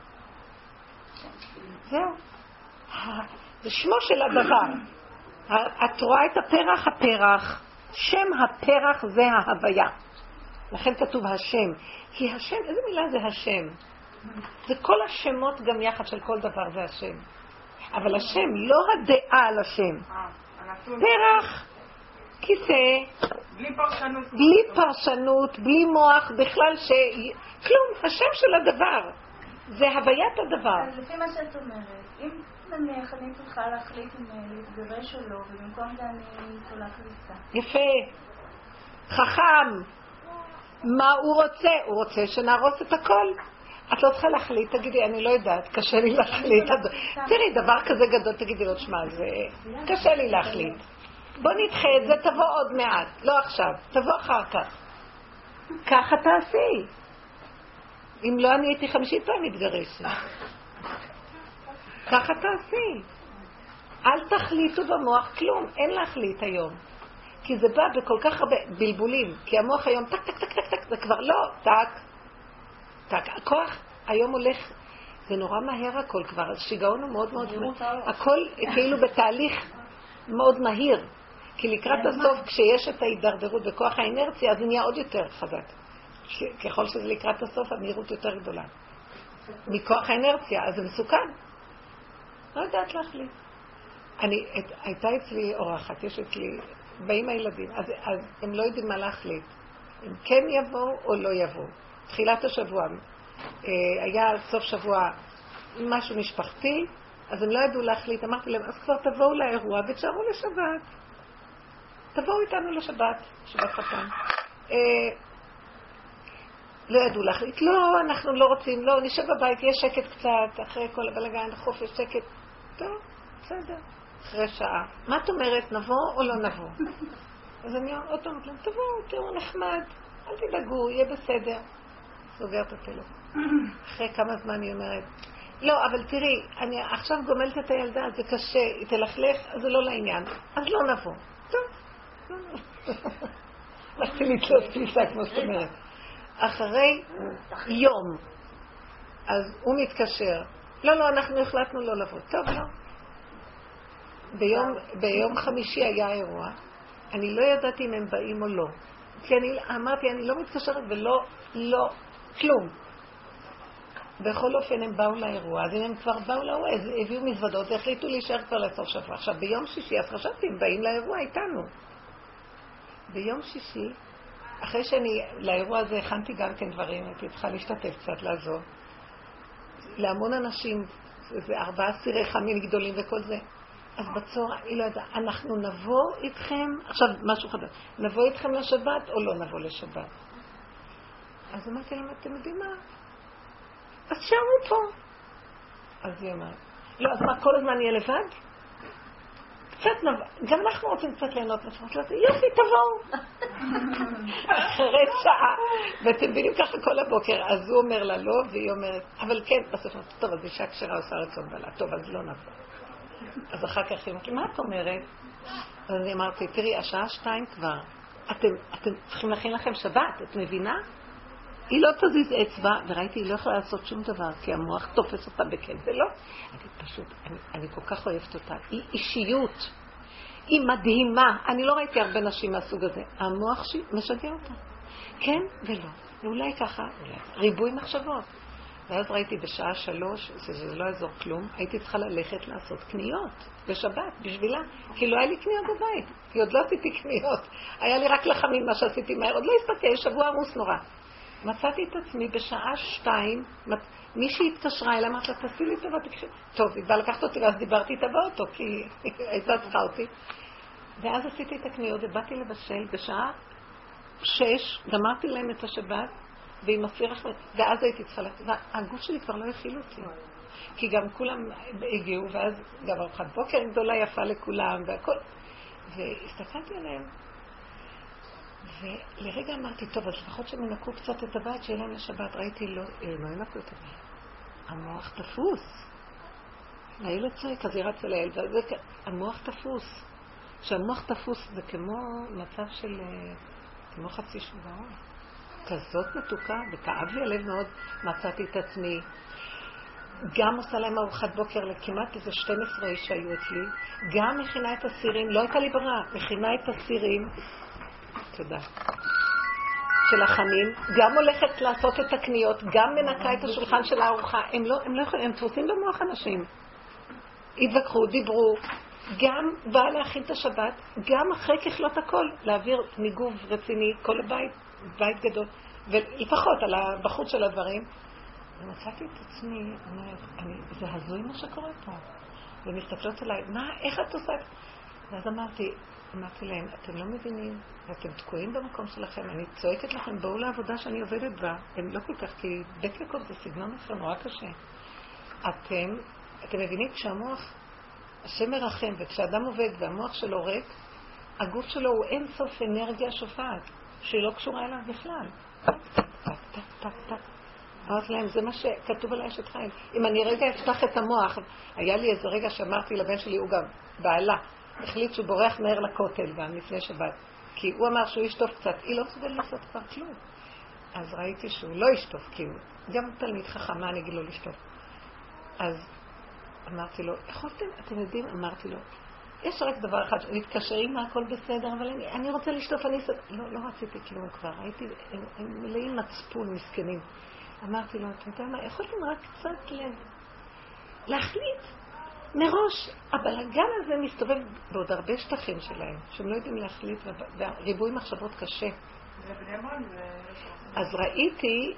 זהו. זה שמו של הדבר. את רואה את הפרח, הפרח. שם הפרח זה ההוויה. לכן כתוב השם. כי השם, איזה מילה זה השם? זה כל השמות גם יחד של כל דבר זה השם. אבל השם, לא הדעה על השם. פרח, כיסא,
בלי פרשנות.
בלי פרשנות, בלי מוח, בכלל ש... כלום, השם של הדבר. זה הוויית הדבר.
אז לפי מה שאת אומרת, אם נניח אני צריכה להחליט אם להתגרש או לא, ובמקום זה אני תולה קריסה.
יפה. חכם. מה הוא רוצה? הוא רוצה שנהרוס את הכל. את לא צריכה להחליט, תגידי, אני לא יודעת, קשה לי להחליט. תראי, דבר כזה גדול, תגידי לו, תשמע, זה קשה לי להחליט. בוא נדחה את זה, תבוא עוד מעט, לא עכשיו, תבוא אחר כך. ככה תעשי. אם לא, אני הייתי חמישית פעם מתגרשת. ככה תעשי. אל תחליטו במוח כלום, אין להחליט היום. כי זה בא בכל כך הרבה בלבולים, כי המוח היום טק טק טק טק טק, זה כבר לא טק. טק, הכוח היום הולך, זה נורא מהר הכל כבר, שיגעון הוא מאוד מאוד מהר. הכל כאילו בתהליך מאוד מהיר. כי לקראת הסוף, כשיש את ההידרדרות בכוח האנרציה, אז זה נהיה עוד יותר חזק. ככל שזה לקראת הסוף, המהירות יותר גדולה. מכוח האנרציה, אז זה מסוכן. לא יודעת להחליט. אני, את, הייתה אצלי אורחת, יש אצלי, באים הילדים, אז, אז הם לא יודעים מה להחליט. אם כן יבואו או לא יבואו. תחילת השבוע, היה סוף שבוע משהו משפחתי, אז הם לא ידעו להחליט. אמרתי להם, אז כבר תבואו לאירוע ותשארו לשבת. תבואו איתנו לשבת, שבת חתן. אה, לא ידעו להחליט, לא, אנחנו לא רוצים, לא, נשב בבית, יש שקט קצת, אחרי כל הבלגן, חופש, שקט. טוב, בסדר, אחרי שעה. מה את אומרת, נבוא או לא נבוא? אז אני עוד אומרת להם, תבואו, תראו נחמד, אל תדאגו, יהיה בסדר. סוגר את הטלפון. אחרי כמה זמן היא אומרת, לא, אבל תראי, אני עכשיו גומלת את הילדה, זה קשה, היא תלכלך, אז זה לא לעניין, אז לא נבוא. טוב. הלכתי לתלות פיסה, כמו שאת אומרת. אחרי יום, אז הוא מתקשר. לא, לא, אנחנו החלטנו לא לבוא. טוב, לא. ביום, ביום חמישי היה אירוע. אני לא ידעתי אם הם באים או לא. כי אני אמרתי, אני לא מתקשרת ולא, לא, כלום. בכל אופן הם באו לאירוע, אז אם הם כבר באו לאירוע, אז הביאו מזוודות והחליטו להישאר כבר לסוף שבוע. עכשיו, ביום שישי, אז חשבתי, הם באים לאירוע איתנו. ביום שישי, אחרי שאני לאירוע הזה הכנתי גם כן דברים, הייתי צריכה להשתתף קצת, לעזור. להמון אנשים, זה ארבעה סירי חמים גדולים וכל זה. אז בצורה, היא לא יודעת, אנחנו נבוא איתכם, עכשיו משהו חדש, נבוא איתכם לשבת או לא נבוא לשבת? אז אמרתי להם, אתם יודעים מה? אז שערו פה. אז היא אמרת, לא, אז מה, כל הזמן יהיה לבד? קצת נבוא, גם אנחנו רוצים קצת ליהנות לפחות לזה, יופי, תבואו. אחרי שעה, ואתם מבינים ככה כל הבוקר, אז הוא אומר לה לא, והיא אומרת, אבל כן, בסוף, טוב, אז אישה כשרה עושה רצון בעלה, טוב, אז לא נבוא. אז אחר כך היא אמרת, מה את אומרת? אז אני אמרתי, תראי, השעה שתיים כבר, אתם, אתם צריכים להכין לכם שבת, את מבינה? היא לא תזיז אצבע, וראיתי, היא לא יכולה לעשות שום דבר, כי המוח תופס אותה בכן, ולא. אני פשוט, אני, אני כל כך אוהבת אותה. היא אישיות, היא מדהימה. אני לא ראיתי הרבה נשים מהסוג הזה. המוח שלי משגע אותה. כן ולא. ואולי ככה, אולי. ריבוי מחשבות. ואז ראיתי בשעה שלוש, שזה לא יעזור כלום, הייתי צריכה ללכת לעשות קניות בשבת, בשבילה. כי לא היה לי קניות בבית, כי עוד לא עשיתי קניות. היה לי רק לחמים מה שעשיתי מהר, עוד לא הסתכל, שבוע עמוס נורא. מצאתי את עצמי בשעה שתיים, מישהי התקשרה אליי, אמרת לה, תעשי לי טובה, תקשרי. טוב, היא באה לקחת אותי, ואז דיברתי איתה באוטו, כי הייתה צריכה אותי. ואז עשיתי את הקניות, ובאתי לבשל בשעה שש, גמרתי להם את השבת, והיא מסירה אחרת, ואז הייתי צריכה לתת, והגוף שלי כבר לא הכיל אותי. כי גם כולם הגיעו, ואז גם ארוחת בוקר גדולה יפה לכולם, והכל. והסתכלתי עליהם, ולרגע אמרתי, טוב, אז לפחות שהם ינקו קצת את הבית שיהיה להם לשבת. ראיתי, לא, לא ינקו את הבית. המוח תפוס. הילד צועק, אז היא רצה לילד, וזה, המוח תפוס. כשהמוח תפוס זה כמו מצב של, כמו חצי שבוע. כזאת מתוקה, וכאב לי הלב מאוד, מצאתי את עצמי. גם עושה להם ארוחת בוקר לכמעט איזה שתים עשרה איש שהיו אצלי. גם מכינה את הסירים, לא הייתה לי ברירה, מכינה את הסירים. תודה. של החנים, גם הולכת לעשות את הקניות, גם מנקה את השולחן של הארוחה. הם לא, הם לא יכולים, הם תפוסים במוח אנשים. התווכחו, דיברו, גם באה להכין את השבת, גם אחרי ככלות הכל, להעביר ניגוב רציני, כל הבית, בית גדול, ולפחות על הבחוץ של הדברים. ומצאתי את עצמי, אומרת, אני, זה הזוי מה שקורה פה. ומסתכלות עליי, מה, איך את עושה? ואז אמרתי, אמרתי להם, אתם לא מבינים, ואתם תקועים במקום שלכם, אני צועקת לכם, בואו לעבודה שאני עובדת בה, הם לא כל כך, כי בית יעקב זה סגנון אחר, נורא קשה. אתם, אתם מבינים, כשהמוח, השם מרחם, וכשאדם עובד והמוח שלו ריק, הגוף שלו הוא אין סוף אנרגיה שופעת, שהיא לא קשורה אליו בכלל. טק, טק, טק, טק, טק. אמרתי להם, זה מה שכתוב על אשת חיל. אם אני רגע אפתח את המוח, היה לי איזה רגע שאמרתי לבן שלי, הוא גם בעלה, החליט שהוא בורח מהר לכותל גם לפני שבת, כי הוא אמר שהוא ישטוף קצת, היא לא סובל לעשות כבר כלום. אז ראיתי שהוא לא ישטוף, כי הוא גם תלמיד חכם, מה אני אגיד לו לשטוף? אז אמרתי לו, יכולתם, אתם יודעים, אמרתי לו, יש רק דבר אחד, הוא התקשר עם מה הכל בסדר, אבל אני, אני רוצה לשטוף, אני סדר. לא, לא רציתי כלום כבר, הייתי, הם, הם מלאים מצפון, מסכנים. אמרתי לו, אתם יודעים מה, יכולתם רק קצת לב, להחליט. מראש, הבלגן הזה מסתובב בעוד הרבה שטחים שלהם, שהם לא יודעים להחליט, וריבוי מחשבות קשה. אז ראיתי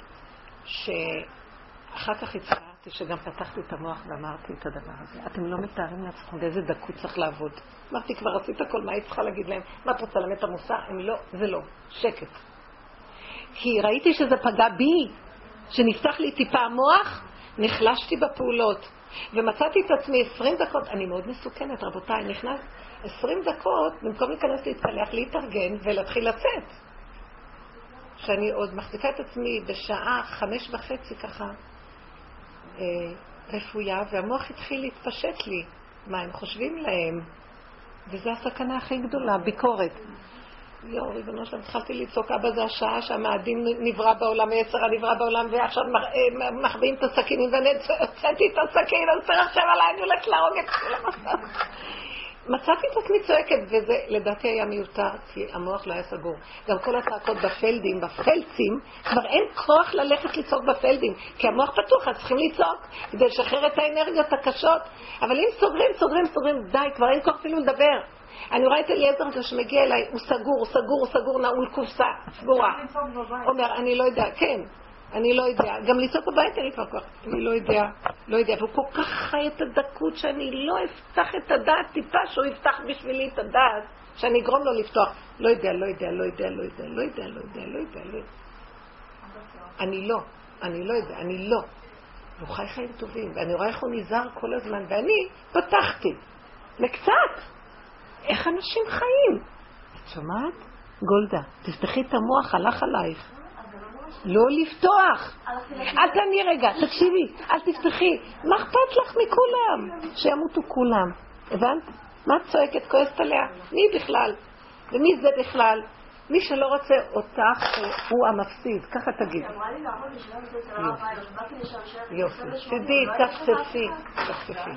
שאחר כך הצטערתי, שגם פתחתי את המוח ואמרתי את הדבר הזה. אתם לא מתארים לעצמכם באיזה דקות צריך לעבוד. אמרתי, כבר עשית הכל, מה היא צריכה להגיד להם? מה את רוצה למד את המוסר? הם לא, זה לא, שקט. כי ראיתי שזה פגע בי, שנפתח לי טיפה המוח, נחלשתי בפעולות. ומצאתי את עצמי עשרים דקות, אני מאוד מסוכנת, רבותיי, נכנס עשרים דקות, במקום להיכנס להתקלח, להתארגן ולהתחיל לצאת. שאני עוד מחזיקה את עצמי בשעה חמש וחצי ככה אה, רפויה, והמוח התחיל להתפשט לי. מה הם חושבים להם? וזו הסכנה הכי גדולה, ביקורת. יו, ריבונו שלם, התחלתי לצעוק, אבא, זה השעה שהמאדים נברא בעולם, היצרה נברא בעולם, ועכשיו מחביאים את הסכינים, ואני הוצאתי את הסכין, אז צריך עכשיו עליי, אני הולכת להרוג את כל המסע. מצאתי את עצמי צועקת, וזה לדעתי היה מיותר, כי המוח לא היה סגור. גם כל הצעקות בפלדים, בפלצים, כבר אין כוח ללכת לצעוק בפלדים, כי המוח פתוח, אז צריכים לצעוק, כדי לשחרר את האנרגיות הקשות. אבל אם סוגרים, סוגרים, סוגרים, די, כבר אין כוח אפילו לדבר. אני רואה את אליעזר הזה שמגיע אליי, הוא סגור, הוא סגור, הוא סגור, נעול קופסה, סגורה. אומר, אני לא יודע, כן, אני לא יודע. גם לצעוק בבית אני כבר כוח, אני לא יודע, לא יודע. והוא כל כך חי את הדקות שאני לא אפתח את הדעת טיפה, שהוא יפתח בשבילי את הדעת, שאני אגרום לו לפתוח. לא יודע, לא יודע, לא יודע, לא יודע, לא יודע, לא יודע, לא יודע, לא יודע. אני לא, אני לא יודע, אני לא. הוא חי חיים טובים, ואני רואה איך הוא נזהר כל הזמן, ואני פתחתי לקצת. איך אנשים חיים? את שומעת? גולדה, תפתחי את המוח, הלך עלייך. לא לפתוח. אל תעני רגע, תקשיבי, אל תפתחי. מה אכפת לך מכולם? שימותו כולם. הבנת? מה את צועקת? כועסת עליה? מי בכלל? ומי זה בכלל? מי שלא רוצה אותך הוא המפסיד, ככה תגיד. יופי, תדעי, תפספי, תפספי.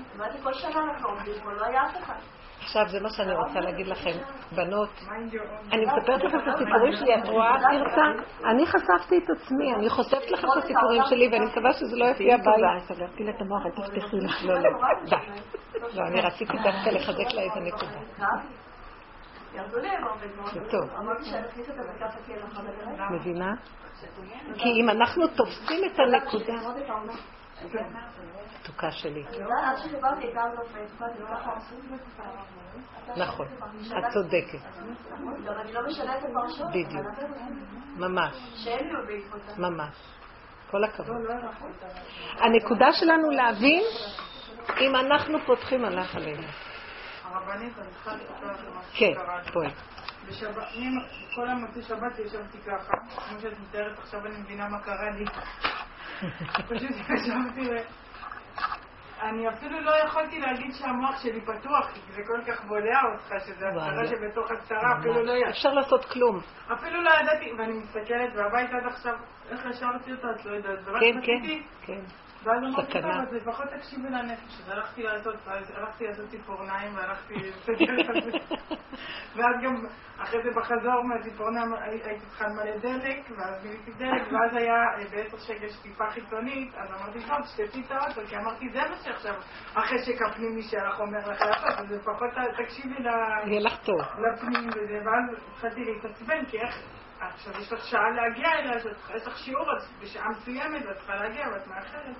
עכשיו זה מה שאני רוצה להגיד לכם, בנות. אני מספרת לכם את הסיפורים שלי, את רואה, תרצה? אני חשפתי את עצמי, אני חושפת לכם את הסיפורים שלי, ואני מקווה שזה לא יפיע ביי.
סגרתי לה את המוח, אל תפתחי לך.
לא, לא, די. לא, אני רציתי דווקא לחזק לה איזה נקודה. זה טוב. מבינה? כי אם אנחנו תופסים את הנקודה, תוקה שלי. נכון, את צודקת. בדיוק. ממש. ממש. כל הכבוד. הנקודה שלנו להבין אם אנחנו פותחים הלך עלינו.
הרבנית, אני צריכה לספר לכם משהו
כן,
בואי. כל המוצאי שבת ישבתי ככה, כמו שאת מתארת עכשיו אני מבינה מה קרה לי. פשוט ישבתי ו... אני אפילו לא יכולתי להגיד שהמוח שלי פתוח, כי זה כל כך בולע אותך, שזה הצרה שבתוך הצרה, אפילו לא ידעתי.
אפשר לעשות כלום.
אפילו לא ידעתי, ואני מסתכלת, והבית עד עכשיו, איך השארתי אותה, את לא יודעת.
כן, כן, כן.
ואז אמרתי טוב, אז לפחות תקשיבי לנפש. אז הלכתי לעשות, הלכתי לעשות ציפורניים, והלכתי לסתכל על זה. ואז גם, אחרי זה בחזור מהציפורניים, הייתי צריכה למלא דלק, ואז מיליתי דלק, ואז היה בעשר שקל שטיפה חיצונית, אז אמרתי טוב, שתפי את האוטו, כי אמרתי זה מה שעכשיו, החשק הפנימי שלך אומר לך לעשות, אז לפחות תקשיבי לפנים וזה, ואז התחלתי להתעצבן, כי איך... עכשיו יש לך שעה להגיע אליה, יש לך שיעור בשעה מסוימת, ואת צריכה להגיע ואת מאחרת.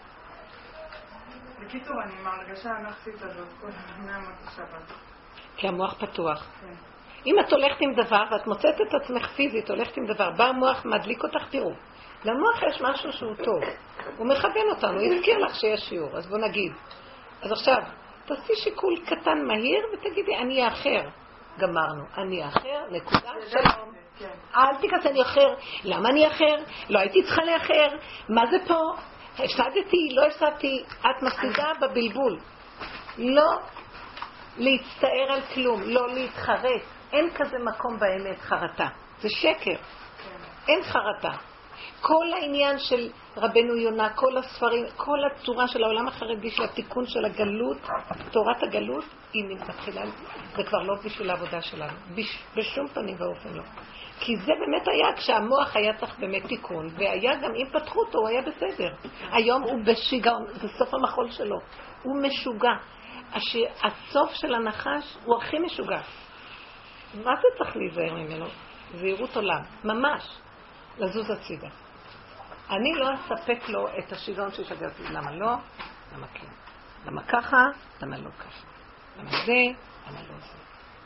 בקיצור, אני עם ההרגשה הנכסית הזאת, כל מהמות השבת.
כי המוח פתוח. אם את הולכת עם דבר, ואת מוצאת את עצמך פיזית, הולכת עם דבר, בא המוח מדליק אותך, תראו. למוח יש משהו שהוא טוב. הוא מכוון אותנו, הוא יזכיר לך שיש שיעור, אז בוא נגיד. אז עכשיו, תעשי שיקול קטן מהיר, ותגידי, אני אחר. גמרנו, אני אחר, נקודה שלום. אל תיכנס, אני אחר. למה אני אחר? לא הייתי צריכה לאחר. מה זה פה? הפסדתי, לא הפסדתי. את מפסידה בבלבול. לא להצטער על כלום, לא להתחרט. אין כזה מקום באמת חרטה. זה שקר. אין חרטה. כל העניין של רבנו יונה, כל הספרים, כל הצורה של העולם החרדי של התיקון של הגלות, תורת הגלות, היא מתחילה, זה כבר לא בשביל העבודה שלנו. בש, בשום פנים ואופן לא. כי זה באמת היה כשהמוח היה צריך באמת תיקון, והיה גם אם פתחו אותו, הוא היה בסדר. היום הוא בשיגעון, זה סוף המחול שלו. הוא משוגע. הסוף של הנחש הוא הכי משוגע. מה זה צריך להיזהר ממנו? זהירות עולם. ממש. לזוז הצידה. אני לא אספק לו את השיגעון ששגעתי. למה לא? למה כן? למה ככה? למה לא ככה? למה זה? למה לא זה?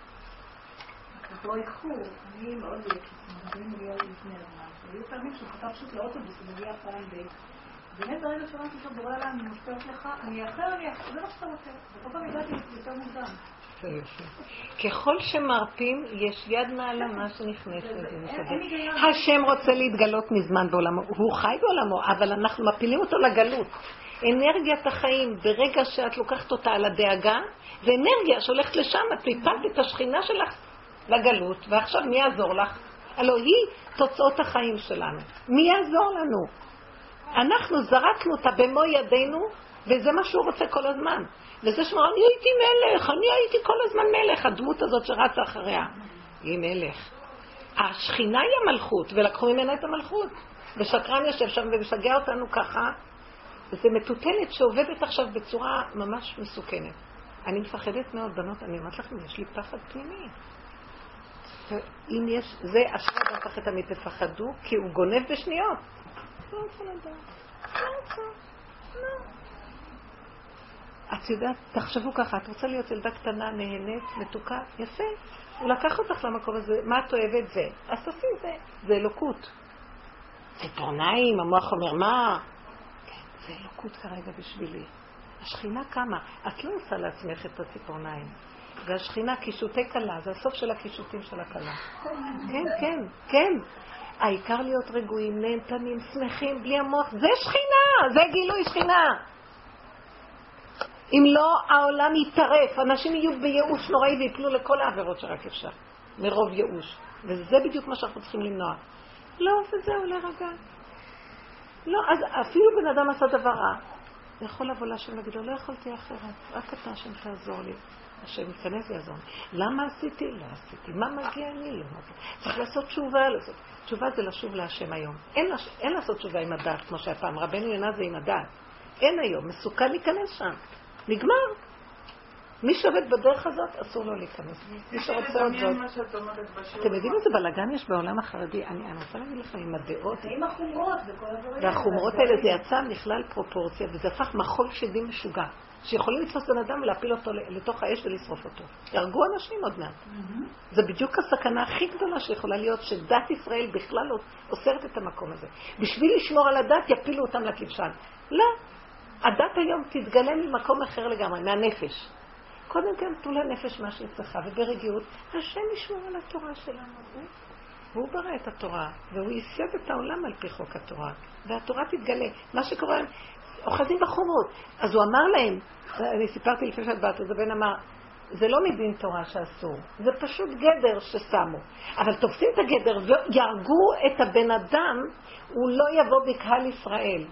לא יקחו, אני מאוד יקחו, אני מגיעה לפני למעט. היו פעמים שהוא חטא פשוט לאוטובוס, הוא מגיע פעם ב... באמת ברגע שלנו שאתה בורא לה, אני מוספרת לך, אני אחר, אני אחר, זה מה שאתה רוצה. וכל פעם הגעתי יותר מוקדם.
זה יופי. ככל שמרפים, יש יד מעלה מה שנכנסת. השם רוצה להתגלות מזמן בעולמו. הוא חי בעולמו, אבל אנחנו מפילים אותו לגלות. אנרגיית החיים, ברגע שאת לוקחת אותה על הדאגה, זה אנרגיה שהולכת לשם, את פיפלת את השכינה שלך לגלות, ועכשיו מי יעזור לך? הלוא היא תוצאות החיים שלנו. מי יעזור לנו? אנחנו זרקנו אותה במו ידינו, וזה מה שהוא רוצה כל הזמן. וזה שאומר, אני הייתי מלך, אני הייתי כל הזמן מלך, הדמות הזאת שרצה אחריה. היא מלך. השכינה היא המלכות, ולקחו ממנה את המלכות. ושקרן יושב שם ומשגע אותנו ככה. זה מטוטלת שעובדת עכשיו בצורה ממש מסוכנת. אני מפחדת מאוד, בנות, אני אומרת לכם, יש לי פחד פנימי. אם יש, זה אשרי אדם פחד תמיד תפחדו, כי הוא גונב בשניות. לא רוצה לדעת. לא רוצה. לא. את יודעת, תחשבו ככה, את רוצה להיות ילדה קטנה, נהנית, מתוקה, יפה. הוא לקח אותך למקום הזה, מה את אוהבת זה? אז תעשי זה, זה אלוקות. ציפורניים, המוח אומר, מה? כן, זה אלוקות כרגע בשבילי. השכינה קמה. את לא עושה לעצמך את הציפורניים. זה השכינה, קישוטי קלה, זה הסוף של הקישוטים של הקלה. כן, כן, כן. העיקר להיות רגועים, נהנתנים, שמחים, בלי המוח. זה שכינה, זה גילוי שכינה. אם לא, העולם יתערף, אנשים יהיו בייאוש נוראי ויפלו לכל העבירות שרק אפשר, מרוב ייאוש. וזה בדיוק מה שאנחנו צריכים למנוע. לא, וזהו, להירגע. לא, אז אפילו בן אדם עשה דבר רע. יכול לבוא להשם להגיד לו, לא יכולתי אחרת, רק אתה השם תעזור לי. השם ייכנס ויעזור לי. למה עשיתי? לא עשיתי. מה מגיע לי? לא מגיע. צריך לעשות תשובה. לעשות. תשובה זה לשוב להשם היום. אין, לש... אין לעשות תשובה עם הדעת, כמו שהפעם. רבנו יונה זה עם הדעת. אין היום. מסוכן להיכנס שם. נגמר. מי שעובד בדרך הזאת, אסור לו להיכנס. מי שרוצה עוד זאת. אתם יודעים איזה בלגן יש בעולם החרדי? אני רוצה להגיד לכם עם הדעות.
עם החומרות וכל הדברים.
והחומרות האלה זה יצא מכלל פרופורציה, וזה הפך מחול שדים משוגע. שיכולים לתפוס בן אדם ולהפיל אותו לתוך האש ולשרוף אותו. ירגו אנשים עוד מעט. זה בדיוק הסכנה הכי גדולה שיכולה להיות, שדת ישראל בכלל אוסרת את המקום הזה. בשביל לשמור על הדת יפילו אותם לכבשן. לא. הדת היום תתגלה ממקום אחר לגמרי, מהנפש. קודם כן תנו לנפש מה שהיא צריכה, וברגיעות, השם ישמור על התורה שלנו. והוא ברא את התורה, והוא ייסד את העולם על פי חוק התורה. והתורה תתגלה. מה שקורה להם, אוחזים בחומרות. אז הוא אמר להם, אני סיפרתי לפני שאת באת, אז הבן אמר, זה לא מדין תורה שאסור, זה פשוט גדר ששמו. אבל תופסים את הגדר וירגו את הבן אדם, הוא לא יבוא בקהל ישראל.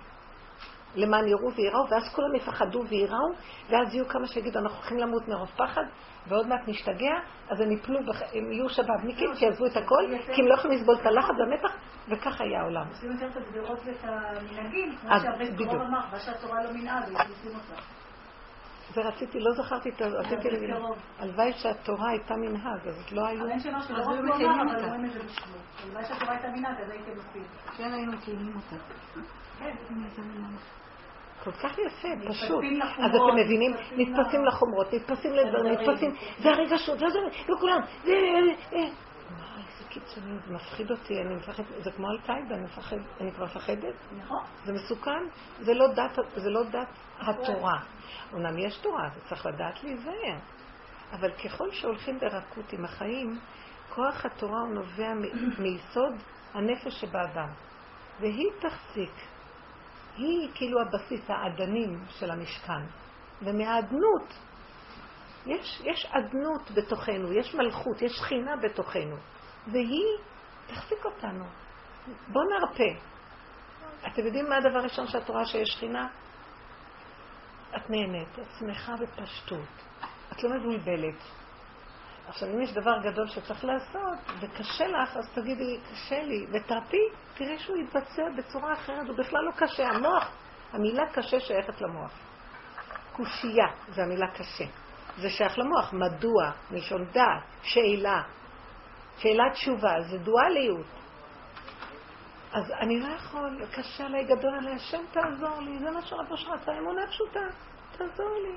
למען יראו ויראו, ואז כולם יפחדו ויראו, ואז יהיו כמה שיגידו, אנחנו הולכים למות מרוב פחד, ועוד מעט נשתגע, אז הם יפלו, הם יהיו שבבניקים, שיעזבו את הכל, כי הם לא יכולים לסבול את הלחץ והמתח, וכך היה העולם.
עושים יותר את הגדרות ואת המנהגים, כמו שהרבה קרוב אמר, מה שהתורה לא מנהג, ויכנסים אותה.
זה רציתי, לא זכרתי את זה, רציתי להגיד, הלוואי שהתורה הייתה מנהג, אז לא היו...
אבל אין שלא שלא רק לא אמר, אבל רואים את זה בשמו. הלוואי שהתורה הייתה מנהג, אז הייתם עושים. כן, היינו מקיימים אותה. כן, זה מנהג.
כל כך יפה, פשוט. אז אתם מבינים, נתפסים לחומרות, נתפסים לדברים, נתפסים, זה הרגשות, זה זה, וכולם, זה, מה, איזה קיצוני, זה מפחיד אותי, אני מפחד, זה כמו אל-קאידה, אני כבר מפחדת. זה מסוכן, זה לא דת, זה לא דת התורה. אומנם יש תורה, זה צריך לדעת להיזהר. אבל ככל שהולכים ברכות עם החיים, כוח התורה הוא נובע מיסוד הנפש שבאדם. והיא תחזיק. היא כאילו הבסיס, העדנים של המשכן. ומהעדנות, יש, יש עדנות בתוכנו, יש מלכות, יש שכינה בתוכנו. והיא תחזיק אותנו. בוא נרפה. אתם יודעים מה הדבר הראשון שאת רואה שיש שכינה? את נהנית, את שמחה בפשטות. את לא מבולבלת. עכשיו, אם יש דבר גדול שצריך לעשות, וקשה לך, אז תגידי, קשה לי, ותרפי, תראה שהוא יתבצע בצורה אחרת, הוא בכלל לא קשה. המוח, המילה קשה שייכת למוח. קושייה, זה המילה קשה. זה שייך למוח. מדוע? מלשון דעת, שאלה. שאלת תשובה, זה דואליות. אז אני לא יכול, קשה עליי, גדול עליי, השם תעזור לי, זה מה שרבו שרצה, אמונה פשוטה, תעזור לי.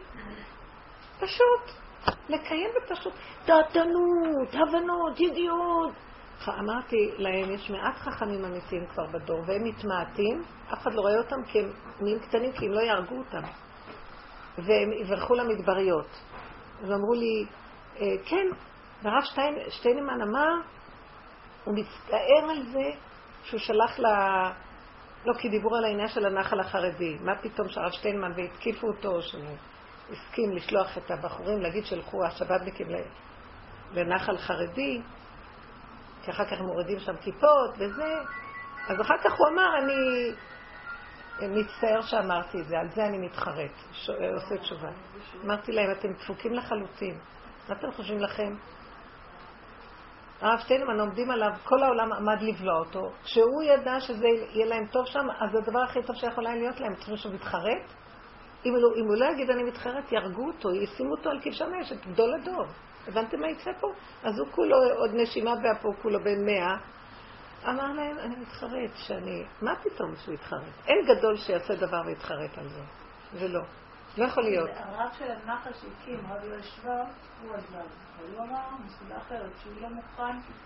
פשוט. לקיים בפשוט דעתנות, הבנות, ידיעות. אמרתי להם, יש מעט חכמים אמיתיים כבר בדור, והם מתמעטים, אף אחד לא רואה אותם כי הם נהיים קטנים, כי הם לא יהרגו אותם. והם יברחו למדבריות. אז אמרו לי, כן, והרב שטיין, שטיינמן אמר, הוא מצטער על זה שהוא שלח ל... לא, כי דיבור על העניין של הנחל החרדי. מה פתאום שהרב שטיינמן והתקיפו אותו, שהוא הסכים לשלוח את הבחורים, להגיד שלחו השבתניקים לנחל חרדי, כי אחר כך הם מורידים שם כיפות וזה. אז אחר כך הוא אמר, אני מצטער שאמרתי את זה, על זה אני מתחרט, ש... עושה תשובה. אמרתי להם, אתם דפוקים לחלוטין. מה אתם חושבים לכם? הרב שטיינמן עומדים עליו, כל העולם עמד לבלוע אותו. כשהוא ידע שזה יהיה להם טוב שם, אז הדבר הכי טוב שיכול היה להיות להם, צריכים שהוא מתחרט. אם הוא, אם הוא לא יגיד אני מתחרט, ירגו אותו, ישימו אותו על כבשן האש, את גדול הדור. הבנתם מה יצא פה? אז הוא כולו עוד נשימה והפה, הוא כולו בן מאה. אמר להם, אני מתחרט שאני... מה פתאום שהוא יתחרט? אין גדול שיעשה דבר ויתחרט על זה. ולא. לא יכול להיות.
הרב של הנחל שהקים, רב יואל שוורץ, הוא עזב. אבל הוא אמר, מסיבה אחרת, שהוא לא מוכן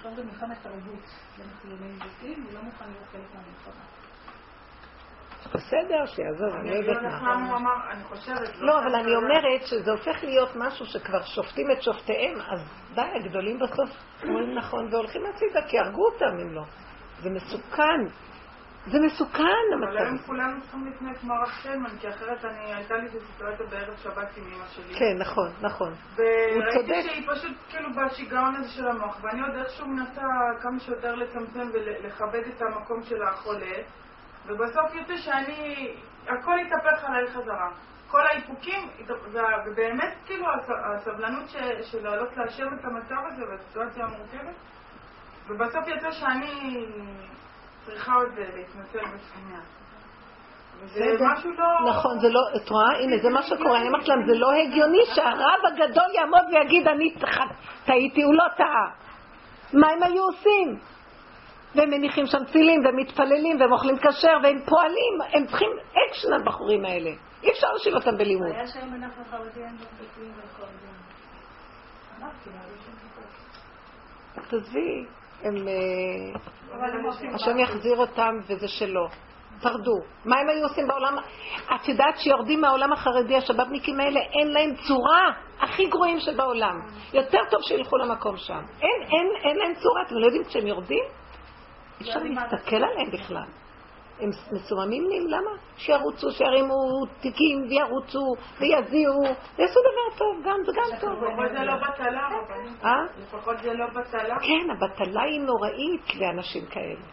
עכשיו זה מלחמת תרבות, בין חילונים דתיים, ולא מוכן להיות חלק מהמלחמה.
בסדר, שיעזוב, אני לא יודעת מה.
למה הוא אמר, אני חושבת...
לא, אבל אני אומרת שזה הופך להיות משהו שכבר שופטים את שופטיהם, אז די, הגדולים בסוף אומרים נכון והולכים הצידה, כי הרגו אותם אם לא. זה מסוכן. זה מסוכן המצב.
אבל היום כולנו צריכים לפני את מערך שלמן, כי אחרת אני, הייתה לי סיטואציה בערב שבת עם אמא שלי.
כן, נכון, נכון.
וראיתי שהיא פשוט כאילו בשיגעון הזה של המוח, ואני עוד איכשהו מנסה כמה שיותר לצמצם ולכבד את המקום של החולה, ובסוף יוצא שאני, הכל יתהפך עליי חזרה. כל האיפוקים, ובאמת כאילו הסבלנות של לעלות לאשר את המצב הזה והסיטואציה המורכבת, ובסוף יוצא שאני צריכה עוד להתנצל בפניה. זה משהו לא...
נכון, זה לא, את רואה? הנה, זה מה שקורה. אני אמרת להם, זה לא הגיוני שהרב הגדול יעמוד ויגיד, אני טעיתי, הוא לא טעה. מה הם היו עושים? והם מניחים שם צילים, והם מתפללים, והם אוכלים כשר, והם פועלים. הם צריכים אקשן הבחורים האלה. אי אפשר להשאיר אותם בלימוד.
היה שהם אנחנו חרדים ובטויים וחרדים. אמרתי, היה שם חיפוש.
תעזבי, הם... השם יחזיר אותם וזה שלו. תרדו. מה הם היו עושים בעולם? את יודעת שיורדים מהעולם החרדי, השבבניקים האלה, אין להם צורה הכי גרועים שבעולם. יותר טוב שילכו למקום שם. אין, אין, אין להם צורה. אתם לא יודעים כשהם יורדים? אפשר להסתכל עליהם בכלל. הם מסוממים להם, למה? שירוצו, שירימו תיקים וירוצו ויזיעו, ויעשו דבר טוב, גם זה גם טוב.
לפחות זה לא בטלה,
אה?
לפחות זה לא בטלה.
כן, הבטלה היא נוראית לאנשים כאלה.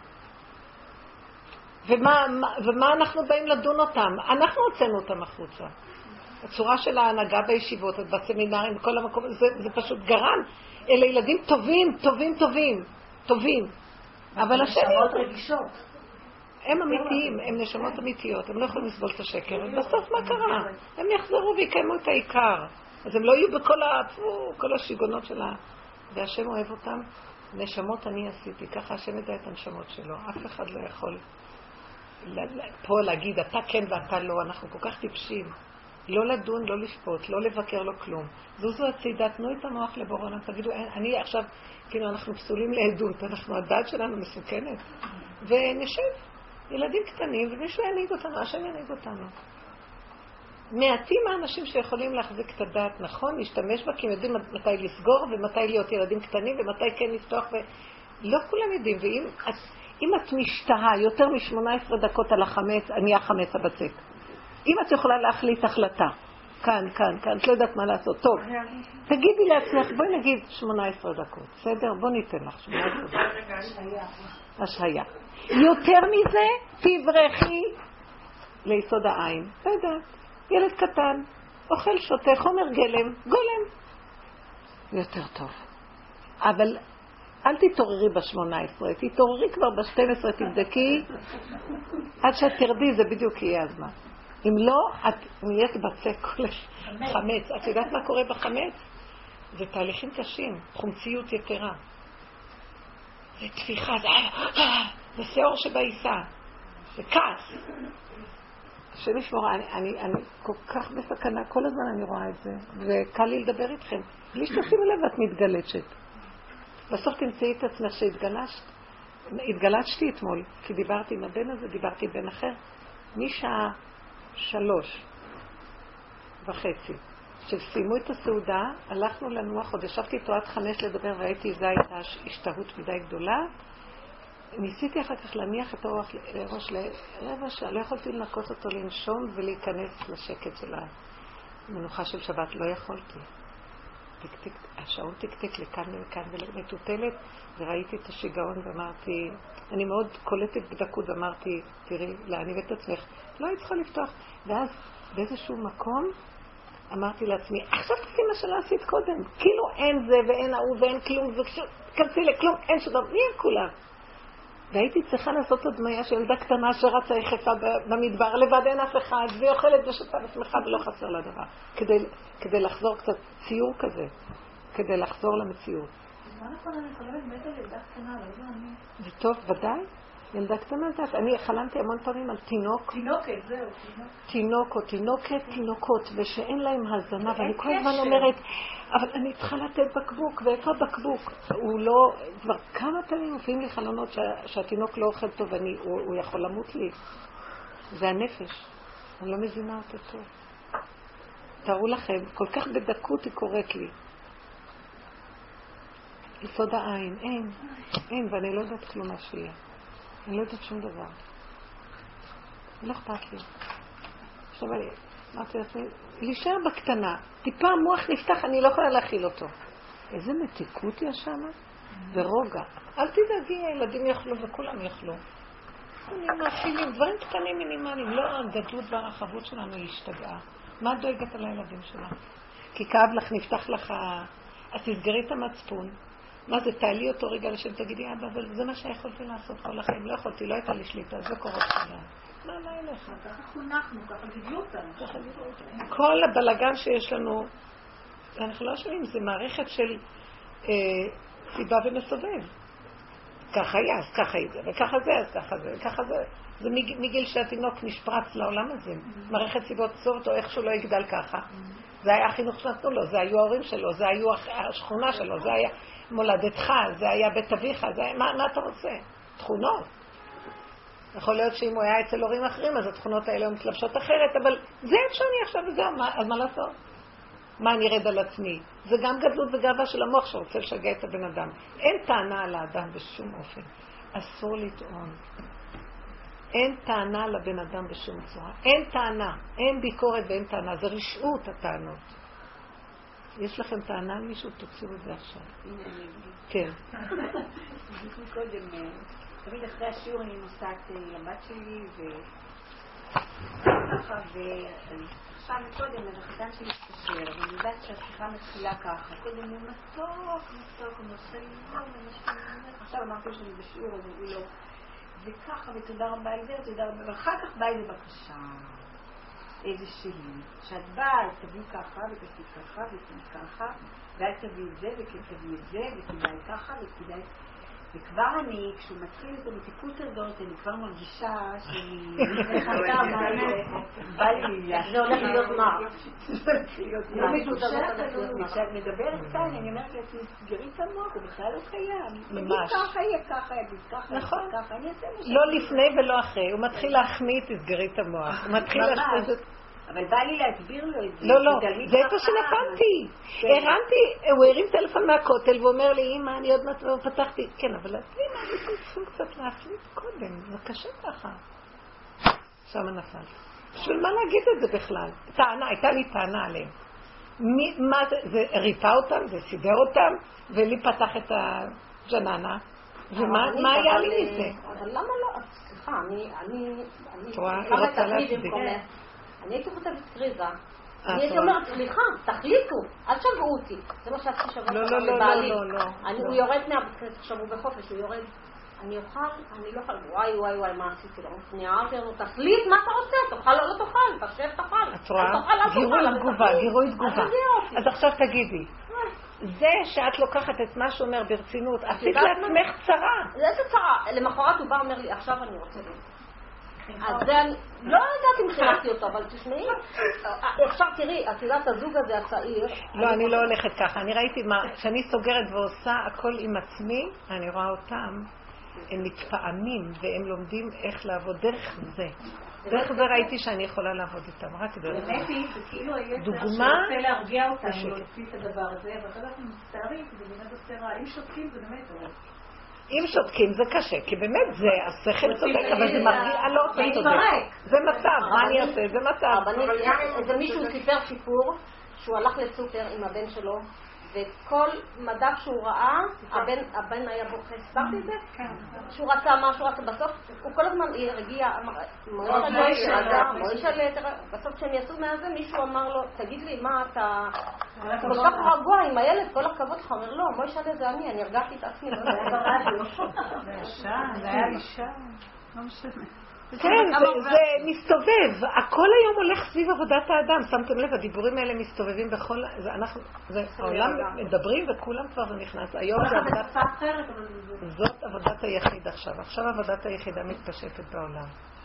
ומה, ומה אנחנו באים לדון אותם? אנחנו הוצאנו אותם החוצה. הצורה של ההנהגה בישיבות, בסמינרים, בכל המקום, זה, זה פשוט גרם. אלה ילדים טובים, טובים, טובים, טובים. אבל השם
רגישות.
הם אמיתיים, הם נשמות אמיתיות, הם לא יכולים לסבול את השקר. בסוף מה קרה? הם יחזרו ויקיימו את העיקר. אז הם לא יהיו בכל ה... כל השיגונות שלה. והשם אוהב אותם. נשמות אני עשיתי, ככה השם ידע את הנשמות שלו. אף אחד לא יכול פה להגיד, אתה כן ואתה לא. אנחנו כל כך טיפשים. לא לדון, לא לשפוט, לא לבקר, לא כלום. זוזו הצידה, תנו את המוח לבורונה. תגידו, אני עכשיו, כאילו אנחנו פסולים לעדות, אנחנו, הדעת שלנו מסוכנת. ונשב. ילדים קטנים, ומישהו ינהיג אותנו, השם ינהיג אותנו. מעטים האנשים שיכולים להחזיק את הדעת נכון, להשתמש בה, כי הם יודעים מתי לסגור, ומתי להיות ילדים קטנים, ומתי כן לפתוח, ולא כולם יודעים. ואם את, אם את משתהה יותר מ-שמונה עשרה דקות על החמץ, אני החמץ הבצק. אם את יכולה להחליט החלטה, כאן, כאן, כאן, את לא יודעת מה לעשות, טוב, תגידי לעצמך, בואי נגיד שמונה עשרה דקות, בסדר? בוא ניתן לך שמונה עשרה דקות. השהיה. יותר מזה, תברכי ליסוד העין. לא יודעת, ילד קטן, אוכל שותה, חומר גלם, גולם. יותר טוב. אבל אל תתעוררי בשמונה עשרה, תתעוררי כבר בשתים עשרה, תבדקי, עד שאת תרדי, זה בדיוק יהיה הזמן. אם לא, את נהיית בצק כל חמץ. את יודעת מה קורה בחמץ? זה תהליכים קשים, חומציות יתרה. זה תפיחה, זה, זה שיעור שבעיסה, זה כעס. השם ישמור, אני, אני, אני כל כך בסכנה, כל הזמן אני רואה את זה, וקל לי לדבר איתכם. בלי שתשימו לב, את מתגלצת. בסוף תמצאי את עצמך שהתגלשת. התגלשתי אתמול, כי דיברתי עם הבן הזה, דיברתי עם בן אחר, משעה שלוש וחצי. כשסיימו את הסעודה, הלכנו לנוח, עוד ישבתי איתו עד חמש לדבר, והייתי, זו הייתה השתהות מדי גדולה. ניסיתי אחר כך להניח את האורח לראש לרבע שעה, לא יכולתי לנקות אותו לנשום ולהיכנס לשקט של המנוחה של שבת, לא יכולתי. תקתק, השעון תקתק לכאן ולכאן ולמטוטלת, וראיתי את השיגעון ואמרתי, אני מאוד קולטת בדקות, ואמרתי, תראי, להניב את עצמך, לא היית צריכה לפתוח. ואז באיזשהו מקום אמרתי לעצמי, עכשיו תעשי מה שלא עשית קודם, כאילו אין זה ואין ההוא ואין כלום, וכנסי לכלום, אין שום דבר, מי הם כולם? והייתי צריכה לעשות הדמיה של ילדה קטנה שרצה יחפה במדבר, לבד אין אף אחד, והיא אוכלת ושותה ושמחה ולא חסר לה דבר, כדי, כדי לחזור קצת ציור כזה, כדי לחזור למציאות.
מה נכון, אני חולמת מת על ילדה קטנה, לא יודע אני.
זה טוב, ודאי. ילדה קטנה, אני חלמתי המון פעמים על תינוק.
תינוקת, זהו, תינוק.
תינוק או תינוקת, תינוקות, ושאין להם הזנה, ואני כל הזמן אומרת, אבל אני צריכה לתת בקבוק, ואיפה בקבוק? הוא לא, כבר כמה פעמים מופיעים לי חלונות שהתינוק לא אוכל טוב, הוא יכול למות לי. זה הנפש. אני לא מבינה אותו טוב. תראו לכם, כל כך בדקות היא קוראת לי. יסוד העין, אין, אין, ואני לא יודעת כלום מה שיהיה. אני לא יודעת שום דבר. לא אכפת לי. עכשיו אני, אמרתי לעצמי, להישאר בקטנה, טיפה המוח נפתח, אני לא יכולה להכיל אותו. איזה מתיקות יש שם, ורוגע. אל תדאגי, הילדים יאכלו וכולם יאכלו. אני מאכילים, דברים קטנים מינימליים, לא הגדלות והרחבות שלנו להשתגעה. מה את דואגת על הילדים שלך? כי כאב לך, נפתח לך, אז תסגרי את המצפון. מה זה, תעלי אותו רגע לשם, תגידי, אבא, אבל זה מה שיכולתי לעשות כל החיים. לא יכולתי, לא הייתה לי שליטה, זה קורות שלה. מה, מה אליך?
ככה חונכנו, ככה גידלו אותנו.
כל הבלגן שיש לנו, אנחנו לא שומעים, זה מערכת של אה, סיבה ומסובב. ככה היה, אז ככה זה, וככה זה, אז ככה זה, וככה זה. זה מגיל שהתינוק נשפרץ לעולם הזה. מערכת סיבות סובת או איכשהו לא יגדל ככה. זה היה החינוך שנתנו לו, זה היו ההורים שלו, זה היו השכונה שלו, זה היה מולדתך, זה היה בית אביך, זה היה, מה, מה אתה רוצה? תכונות. יכול להיות שאם הוא היה אצל הורים אחרים, אז התכונות האלה הן מתלבשות אחרת, אבל זה אפשרי עכשיו וזהו, מה, אז מה לעשות? מה אני ארד על עצמי? זה גם גדלות וגאווה של המוח שרוצה לשגע את הבן אדם. אין טענה על האדם בשום אופן. אסור לטעון. אין טענה לבן אדם בשום צורה. אין טענה. אין ביקורת ואין טענה. זה רשעות הטענות. יש לכם טענה על מישהו? תוציאו את זה עכשיו. כן.
קודם, תמיד אחרי השיעור אני נוסעת לבת שלי וככה ועכשיו קודם החתן שלי מתקשר ואני יודעת שהשיחה מתחילה ככה. קודם הוא מתוק, מתוק, הוא נושא לי לא, עכשיו אמרתי שאני בשיעור אז הוא לא וככה ותודה רבה על זה ותודה רבה ואחר כך באה איזה בקשה איזושהי שאת באה, תביאי ככה ותעשי ככה ותעשי ככה ואל תביאי את זה וכן תביאי את זה וכדאי ככה וכדאי וכבר אני, כשהוא מתחיל את המתיקות הזאת, אני כבר מרגישה שאני מחכה מה בא לי, זה הולך להיות מה? זה הולך להיות מה? כשאת מדברת כאן, אני אומרת לעצמי, סגרי את המוח, הוא בכלל לא קיים.
ממש.
ככה יהיה ככה, יגיד ככה,
נכון.
ככה, אני אעשה משהו.
לא לפני ולא אחרי, הוא מתחיל להחמיא, תסגרי את המוח. הוא מתחיל להחמיא את...
אבל בא לי להסביר לו את זה.
לא, לא, זה איפה שנפלתי. הרמתי, הוא הרים טלפון מהכותל ואומר לי, אמא, אני עוד מעט פתחתי. כן, אבל אמא, אני צריכים קצת להחליט קודם, זה קשה ככה. שם נפל. בשביל מה להגיד את זה בכלל? טענה, הייתה לי טענה עליהם. מה זה, זה ריפה אותם, זה סידר אותם, ולי פתח את הג'ננה. ומה היה לי מזה?
אבל למה לא? סליחה, אני... אני
רוצה להסביר.
אני הייתי חושבת קריזה. אני הייתי אומרת, סליחה, תחליטו, אל תשגעו אותי. זה מה שעשיתי שבוע
לא, לא, לא, לא, לא.
הוא יורד מהבקרית, עכשיו הוא בחופש, הוא יורד. אני אוכל, אני לא אוכל, וואי, וואי, וואי, מה עשיתי לו? אני אמרתי לנו, תחליט מה אתה רוצה, תאכל או לא תאכל, תשב, תאכל.
את רואה? גירוי תגובה, גירוי תגובה. אז עכשיו תגידי. זה שאת לוקחת את מה שאומר ברצינות, עשית לעצמך צרה.
איזה צרה? למחרת הוא בא אומר לי, עכשיו אני רוצה לזה. אז זה אני לא יודעת אם חילקתי אותו, אבל תשמעי, אפשר תראי, את יודעת הזוג הזה הצעיר.
לא, אני לא הולכת ככה, אני ראיתי מה, כשאני סוגרת ועושה הכל עם עצמי, אני רואה אותם, הם מתפעמים והם לומדים איך לעבוד דרך זה. דרך זה ראיתי שאני יכולה לעבוד איתם, רק דרך זה.
באמת היא, זה כאילו היצר שרוצה להרגיע אותנו, להוציא את הדבר הזה, ואחר כך הם מצטערים, כי זה באמת עושה רע. אם שותקים זה באמת רע.
אם שותקים זה קשה, כי באמת זה, השכל צודק, אבל זה מרגיע, לא עושה צודק. זה מצב, מה אני אעשה? זה מצב.
איזה מישהו סיפר סיפור שהוא הלך לסופר עם הבן שלו, וכל מדף שהוא ראה, הבן היה בוכה. סברתי את זה? שהוא רצה משהו, רצה בסוף, הוא כל הזמן הרגיע, בסוף כשהם יצאו מהזה, מישהו אמר לו, תגיד לי, מה אתה כל כך רגוע עם הילד, כל הכבוד לך, אומר לו, בואי שאלה זה אני, אני הרגעתי את עצמי.
זה אישה, זה היה אישה, לא משנה.
כן, זה מסתובב. הכל היום הולך סביב עבודת האדם. שמתם לב, הדיבורים האלה מסתובבים בכל... העולם מדברים וכולם כבר זה נכנס. היום זה עבודת... זאת עבודת היחיד עכשיו. עכשיו עבודת היחידה מתפשטת בעולם.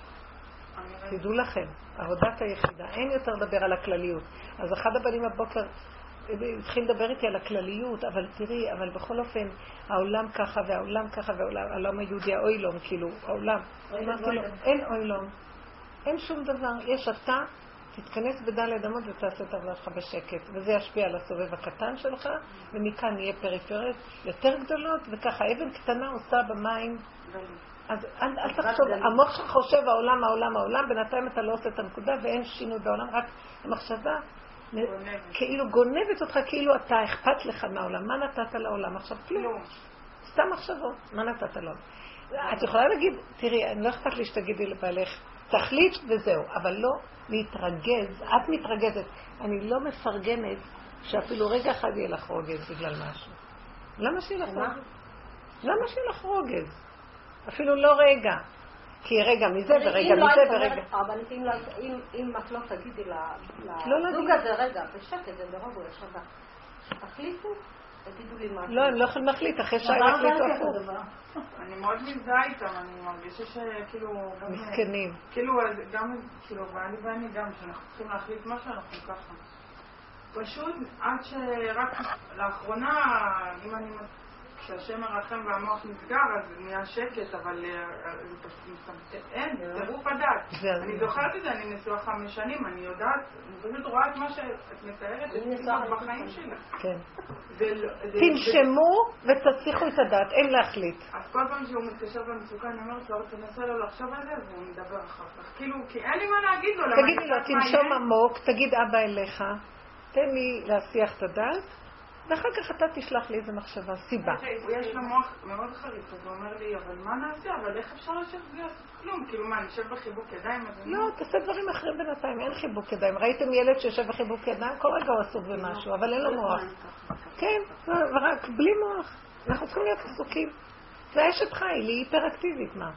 תדעו לכם, עבודת היחידה. אין יותר לדבר על הכלליות. אז אחד הבנים בבוקר התחיל לדבר איתי על הכלליות, אבל תראי, אבל בכל אופן, העולם ככה והעולם ככה והעולם היהודי, האוילום, כאילו, העולם. אמרתי לו, אין אוילום, אין שום דבר. יש אתה, תתכנס בדלת אמות ותעשה את עבודתך בשקט, וזה ישפיע על הסובב הקטן שלך, ומכאן יהיה פריפריות יותר גדולות, וככה אבן קטנה עושה במים. אז אל, אל תחשוב, המוח שלך חושב העולם, העולם, העולם, בינתיים אתה לא עושה את הנקודה ואין שינוי בעולם, רק המחשבה כאילו גונבת אותך, כאילו אתה אכפת לך מהעולם. מה נתת לעולם? עכשיו כלום. סתם מחשבות. מה נתת לעולם? את יכולה להגיד, תראי, אני לא אכפת לי שתגידי לבעלך, תחליט וזהו, אבל לא להתרגז. את מתרגזת. אני לא מפרגנת שאפילו רגע אחד יהיה לך רוגז בגלל משהו. למה שיהיה לך רוגז? למה שיהיה לך רוגז? אפילו לא רגע. כי רגע מזה ורגע מזה ורגע.
אבל אם את לא תגידי לזוג הזה רגע, בשקט, זה ברוב הוא ישבה. תחליטו, תגידו לי מה.
לא, הם לא יכולים להחליט, אחרי שעה יחליטו הפוך.
אני מאוד מזדהה איתם, אני מרגישה שכאילו...
מסכנים.
כאילו, גם, כאילו, ואני ואני גם, שאנחנו צריכים להחליט משהו, אנחנו ככה. פשוט, עד שרק לאחרונה, אם אני... כשהשם מרחם והמוח נסגר, אז נהיה שקט, אבל אין, טירוף הדעת. אני זוכרת את זה, אני נשואה חמש שנים, אני יודעת, אני פשוט רואה את מה שאת מתארת, את בחיים שלי.
כן. תנשמו ותצליחו את הדעת, אין להחליט.
אז כל פעם שהוא מתקשר במצוקה, אני אומרת לו, תנסה לו לחשוב על זה, והוא מדבר אחר כך. כאילו, כי אין לי מה להגיד לו.
תגידי לו, תנשום עמוק, תגיד אבא אליך, תן לי להשיח את הדעת, ואחר כך אתה תשלח לי איזה מחשבה, סיבה.
יש לו מוח מאוד חריף, אז הוא אומר לי, אבל מה נעשה? אבל איך אפשר לשבת בלי לעשות כלום? כאילו מה, נשב בחיבוק ידיים?
לא, תעשה דברים אחרים בינתיים, אין חיבוק ידיים. ראיתם ילד שיושב בחיבוק ידיים? כל רגע הוא עסוק במשהו, אבל אין לו מוח. כן, ורק בלי מוח. אנחנו צריכים להיות עסוקים. זה אשת חי, היא היפראקטיבית, מה?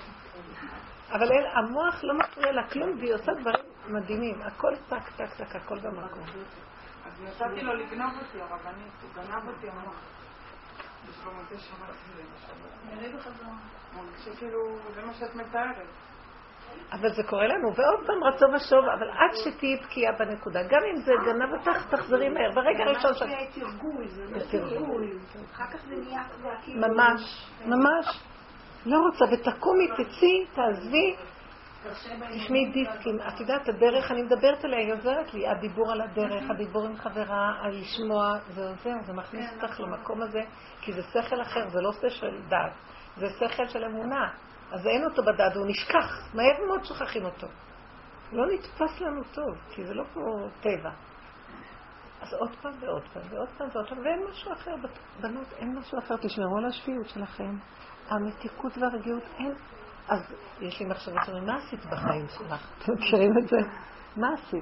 אבל המוח לא מפריע לה כלום, והיא עושה דברים מדהימים. הכל טק, טק, טק, הכל במקום.
אז נתתי לו לגנוב אותי, הרבנית, הוא גנב אותי המוח. יש לו מוצא שמעתי לי בשבת.
נראה בחזרה.
שכאילו, זה מה שאת מתארת.
אבל זה קורה לנו, ועוד פעם רצו ושוב, אבל עד שתהיי בקיאה בנקודה, גם אם זה גנב אותך, תחזרי מהר. ברגע ראשון שאת...
זה תרגול, זה תרגול. אחר כך זה נהיה...
ממש, ממש. לא רוצה, ותקומי, תצאי, תעזבי. תשמעי דיסקים, את יודעת, הדרך, אני מדברת עליה, היא עוזרת לי, הדיבור על הדרך, הדיבור עם חברה, על לשמוע, זה עוזר, זה מכניס אותך למקום הזה, כי זה שכל אחר, זה לא שכל של דעת, זה שכל של אמונה, אז אין אותו בדעת, הוא נשכח, מהר מאוד שוכחים אותו. לא נתפס לנו טוב, כי זה לא כמו טבע. אז עוד פעם ועוד פעם ועוד פעם ועוד פעם, ואין משהו אחר, בנות, אין משהו אחר, תשמרו על השפיות שלכם, המתיקות והרגיעות, אין. אז יש לי מחשבות שאומרים, מה עשית בחיים שלך? אתם מכירים את זה? מה עשית?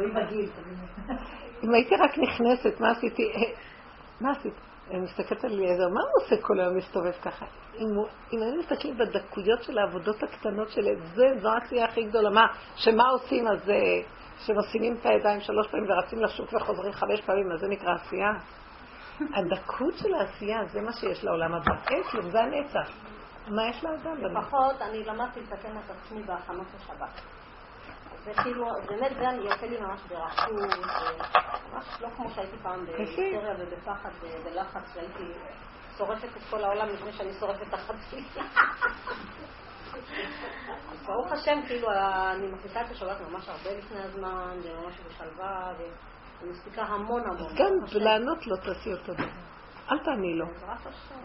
אם הייתי רק נכנסת, מה עשיתי? מה עשית? אני מסתכלת על אליעזר, מה הוא עושה כל היום מסתובב ככה? אם אני מסתכלת בדקויות של העבודות הקטנות של זה, זו העשייה הכי גדולה. מה? שמה עושים? אז שמוסימים את הידיים שלוש פעמים ורצים לשוק וחוזרים חמש פעמים, אז זה נקרא עשייה. הדקות של העשייה, זה מה שיש לעולם הבא. אין כלום, זה הנצח. מה יש לאדם?
לפחות אני למדתי לתקן את עצמי בהכנות לשבת. זה כאילו, באמת זה יוצא לי ממש ברשות, ממש לא כמו שהייתי פעם בהיסטריה ובפחד ובלחץ, שהייתי שורפת את כל העולם לפני שאני שורפת את החצי. אז ברוך השם, כאילו, אני מחליטה את השבת ממש הרבה לפני הזמן, וממש בשלווה, ואני מספיקה המון המון.
גם לענות לא תעשי אותו דבר. אל תעני לו.
בעזרת השם.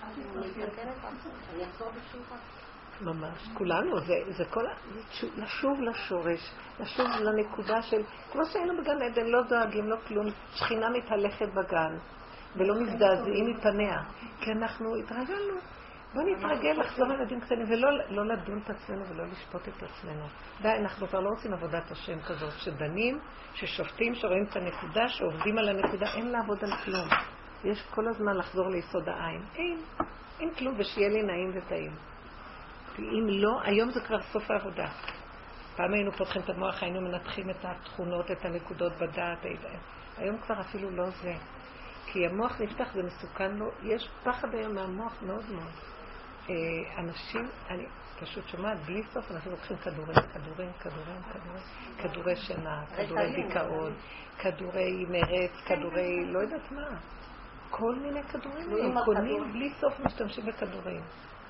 אני אחזור בשבילה.
ממש, כולנו, זה, זה כל, לשוב לשורש, לשוב לנקודה של, כמו שהיינו בגן עדן, לא דואגים, לא כלום, שכינה מתהלכת בגן, ולא מזדעזעים מפניה, כי אנחנו התרגלנו. בוא נתרגל לחזור לילדים קטנים, ולא לא לדון את עצמנו ולא לשפוט את עצמנו. די, אנחנו כבר לא עושים עבודת השם כזאת, שדנים, ששופטים, שרואים את הנקודה, שעובדים על הנקודה, אין לעבוד על כלום. יש כל הזמן לחזור ליסוד העין. אין, אין כלום, ושיהיה לי נעים וטעים. אם לא, היום זה כבר סוף העבודה. פעם היינו פותחים את המוח, היינו מנתחים את התכונות, את הנקודות בדעת. היום כבר אפילו לא זה. כי המוח נפתח, זה מסוכן לו. יש פחד היום מהמוח מאוד מאוד. אנשים, אני פשוט שומעת, בלי סוף, אנשים לוקחים כדורים, כדורים, כדורים, כדורים, כדורי שינה, כדורי דיכאון, כדורי מרץ, כדורי, לא יודעת מה. כל מיני כדורים, קונים בלי סוף משתמשים בכדורים.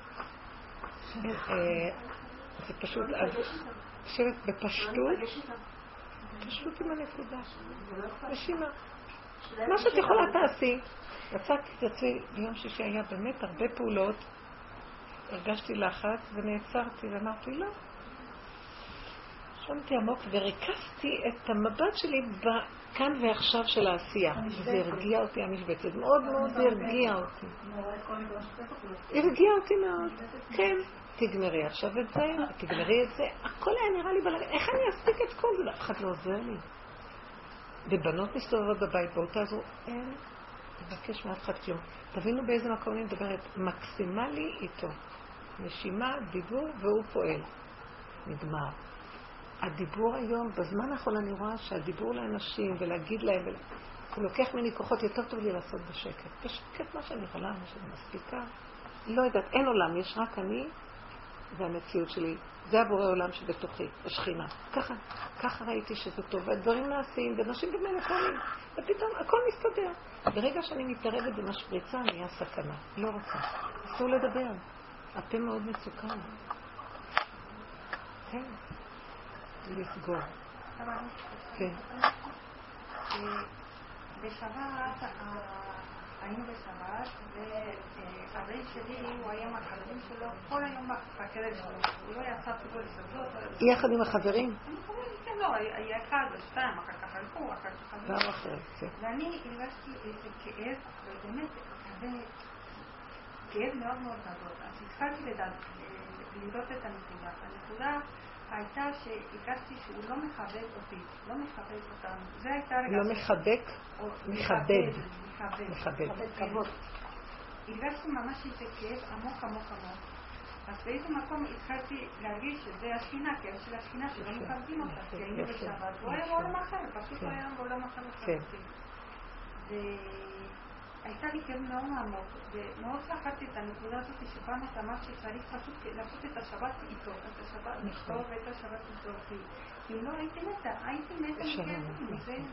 זה פשות, חושבת בפשטות, פשוט עם הנקודה, נשימה. מה שאת יכולה תעשי. רצקתי את עצמי, ביום שישי היה באמת הרבה פעולות, הרגשתי לחץ ונעצרתי ואמרתי לא. שמתי עמוק וריקסתי את המבט שלי כאן ועכשיו של העשייה. זה הרגיע אותי המשבצת, מאוד מאוד הרגיע אותי. הרגיע אותי מאוד, כן. תגמרי עכשיו את זה, תגמרי את זה, הכל היה נראה לי בלגן, איך אני אספיק את כל זה? אף אחד לא עוזר לי. בבנות מסתובבות בבית, בואו תעזרו, אין, תבקש מאף אחד כלום. תבינו באיזה מקום אני מדברת, מקסימלי איתו. נשימה, דיבור, והוא פועל. נגמר. הדיבור היום, בזמן האחרון אני רואה שהדיבור לאנשים ולהגיד להם, הוא לוקח ממני כוחות, יותר טוב לי לעשות בשקט. בשקט מה שאני יכולה, מה שאני מספיקה. לא יודעת, אין עולם, יש רק אני והמציאות שלי. זה הבורא עולם שבתוכי, השכינה. ככה, ככה ראיתי שזה טוב, והדברים נעשים, ואנשים במילא פעמים, ופתאום הכל מסתדר. ברגע שאני מתערבת במשפריצה, נהיה סכנה. לא רוצה. אסור לדבר. הפה מאוד מסוכן. כן. לסגור. כן.
בשבת, היינו בשבת, והבן שלי, הוא היה עם החברים שלו, כל היום בכלב שלו. הוא לא יצא פתאום לסגור.
יחד עם החברים?
כן, לא, היה אחד ושתיים, אחר כך הלכו, אחר כך הלכו.
פעם אחרת, כן.
ואני הרגשתי איזה כאב, ובאמת, כאב מאוד מאוד גדול. אז התחלתי לראות את הנקודה. הנקודה הייתה שהרגשתי שהוא לא מכבד אותי, לא מכבד אותנו. זה הייתה רגע...
לא מחבק? מכבד.
מכבד. מכבד. הרגשתי ממש איזה כאב עמוק עמוק עמוק. אז באיזה מקום התחלתי להרגיש שזה השכינה, כאב של השכינה שלא מכבדים אותה. כי היינו בשבת, הוא היה בעולם אחר, פשוט היה בעולם אחר לחלוטין. הייתה לי כאב מאוד עמוק, ומאוד זכרתי את הנקודה הזאת שפעם את אמרת שצריך פשוט לעשות את השבת איתו, את השבת איתו ואת השבת איתו, כי אם לא הייתי מתה, הייתי מתה מכאבים,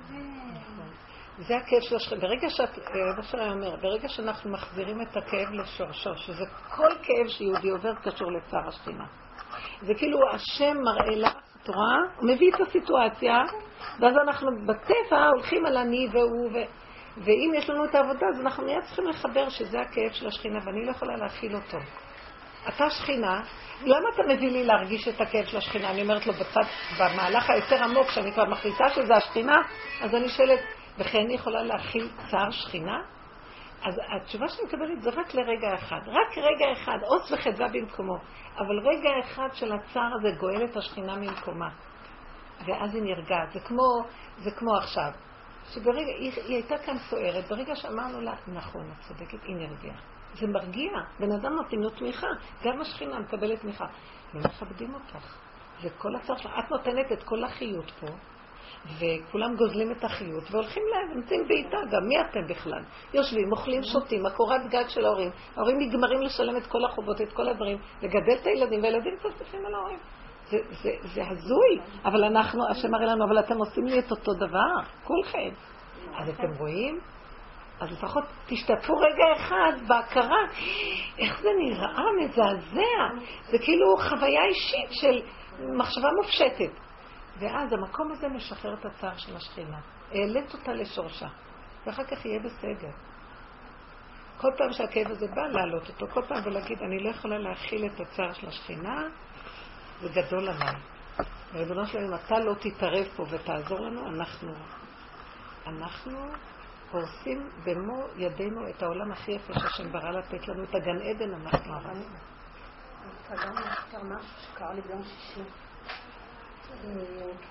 זה הכאב של השכם. ברגע שאת, בשרה אומר, ברגע שאנחנו מחזירים את הכאב לשורשו, שזה כל כאב שיהודי עובר קשור לצער השכינה. זה כאילו השם מראה לך, את רואה? הוא מביא את הסיטואציה, ואז אנחנו בטבע הולכים על אני והוא ו... ואם יש לנו את העבודה, אז אנחנו נהיה צריכים לחבר שזה הכאב של השכינה, ואני לא יכולה להכיל אותו. אתה שכינה, למה אתה מביא לי להרגיש את הכאב של השכינה? אני אומרת לו בצד, במהלך היותר עמוק, שאני כבר מחליטה שזה השכינה, אז אני שואלת, וכן אני יכולה להכיל צער שכינה? אז התשובה שאני מקבלת זה רק לרגע אחד, רק רגע אחד, עוץ וחדווה במקומו, אבל רגע אחד של הצער הזה גואל את השכינה ממקומה, ואז היא נרגעת. זה כמו, זה כמו עכשיו. שברגע, היא, היא הייתה כאן סוערת, ברגע שאמרנו לה, נכון, את צודקת, היא נרגיעה. זה מרגיע, בן אדם נותנים לו תמיכה, גם השכינה מקבלת תמיכה. לא מכבדים אותך, זה כל הצער שלך, את נותנת את כל החיות פה, וכולם גוזלים את החיות, והולכים להם, נמצאים בעיתה גם, מי אתם בכלל? יושבים, אוכלים, שותים, הקורת גג של ההורים, ההורים נגמרים לשלם את כל החובות, את כל הדברים, לגדל את הילדים, והילדים צפצפים על ההורים. זה, זה, זה הזוי, אבל אנחנו, השם מראה לנו, אבל אתם עושים לי את אותו דבר, כולכם. אז אתם רואים? אז לפחות תשתתפו רגע אחד בהכרה, איך זה נראה מזעזע, זה כאילו חוויה אישית של מחשבה מופשטת. ואז המקום הזה משחרר את הצער של השכינה, העלית אותה לשורשה, ואחר כך יהיה בסדר. כל פעם שהכאב הזה בא, להעלות אותו, כל פעם ולהגיד, אני לא יכולה להכיל את הצער של השכינה, זה גדול עליי. ריבונו שלנו, אם אתה לא תתערב פה ותעזור לנו, אנחנו, אנחנו הורסים במו ידינו את העולם הכי יפה שהשם ברא לתת לנו, את הגן עדן אנחנו הרסנו.
קדם נזכר משהו שקרה לי ביום שישי.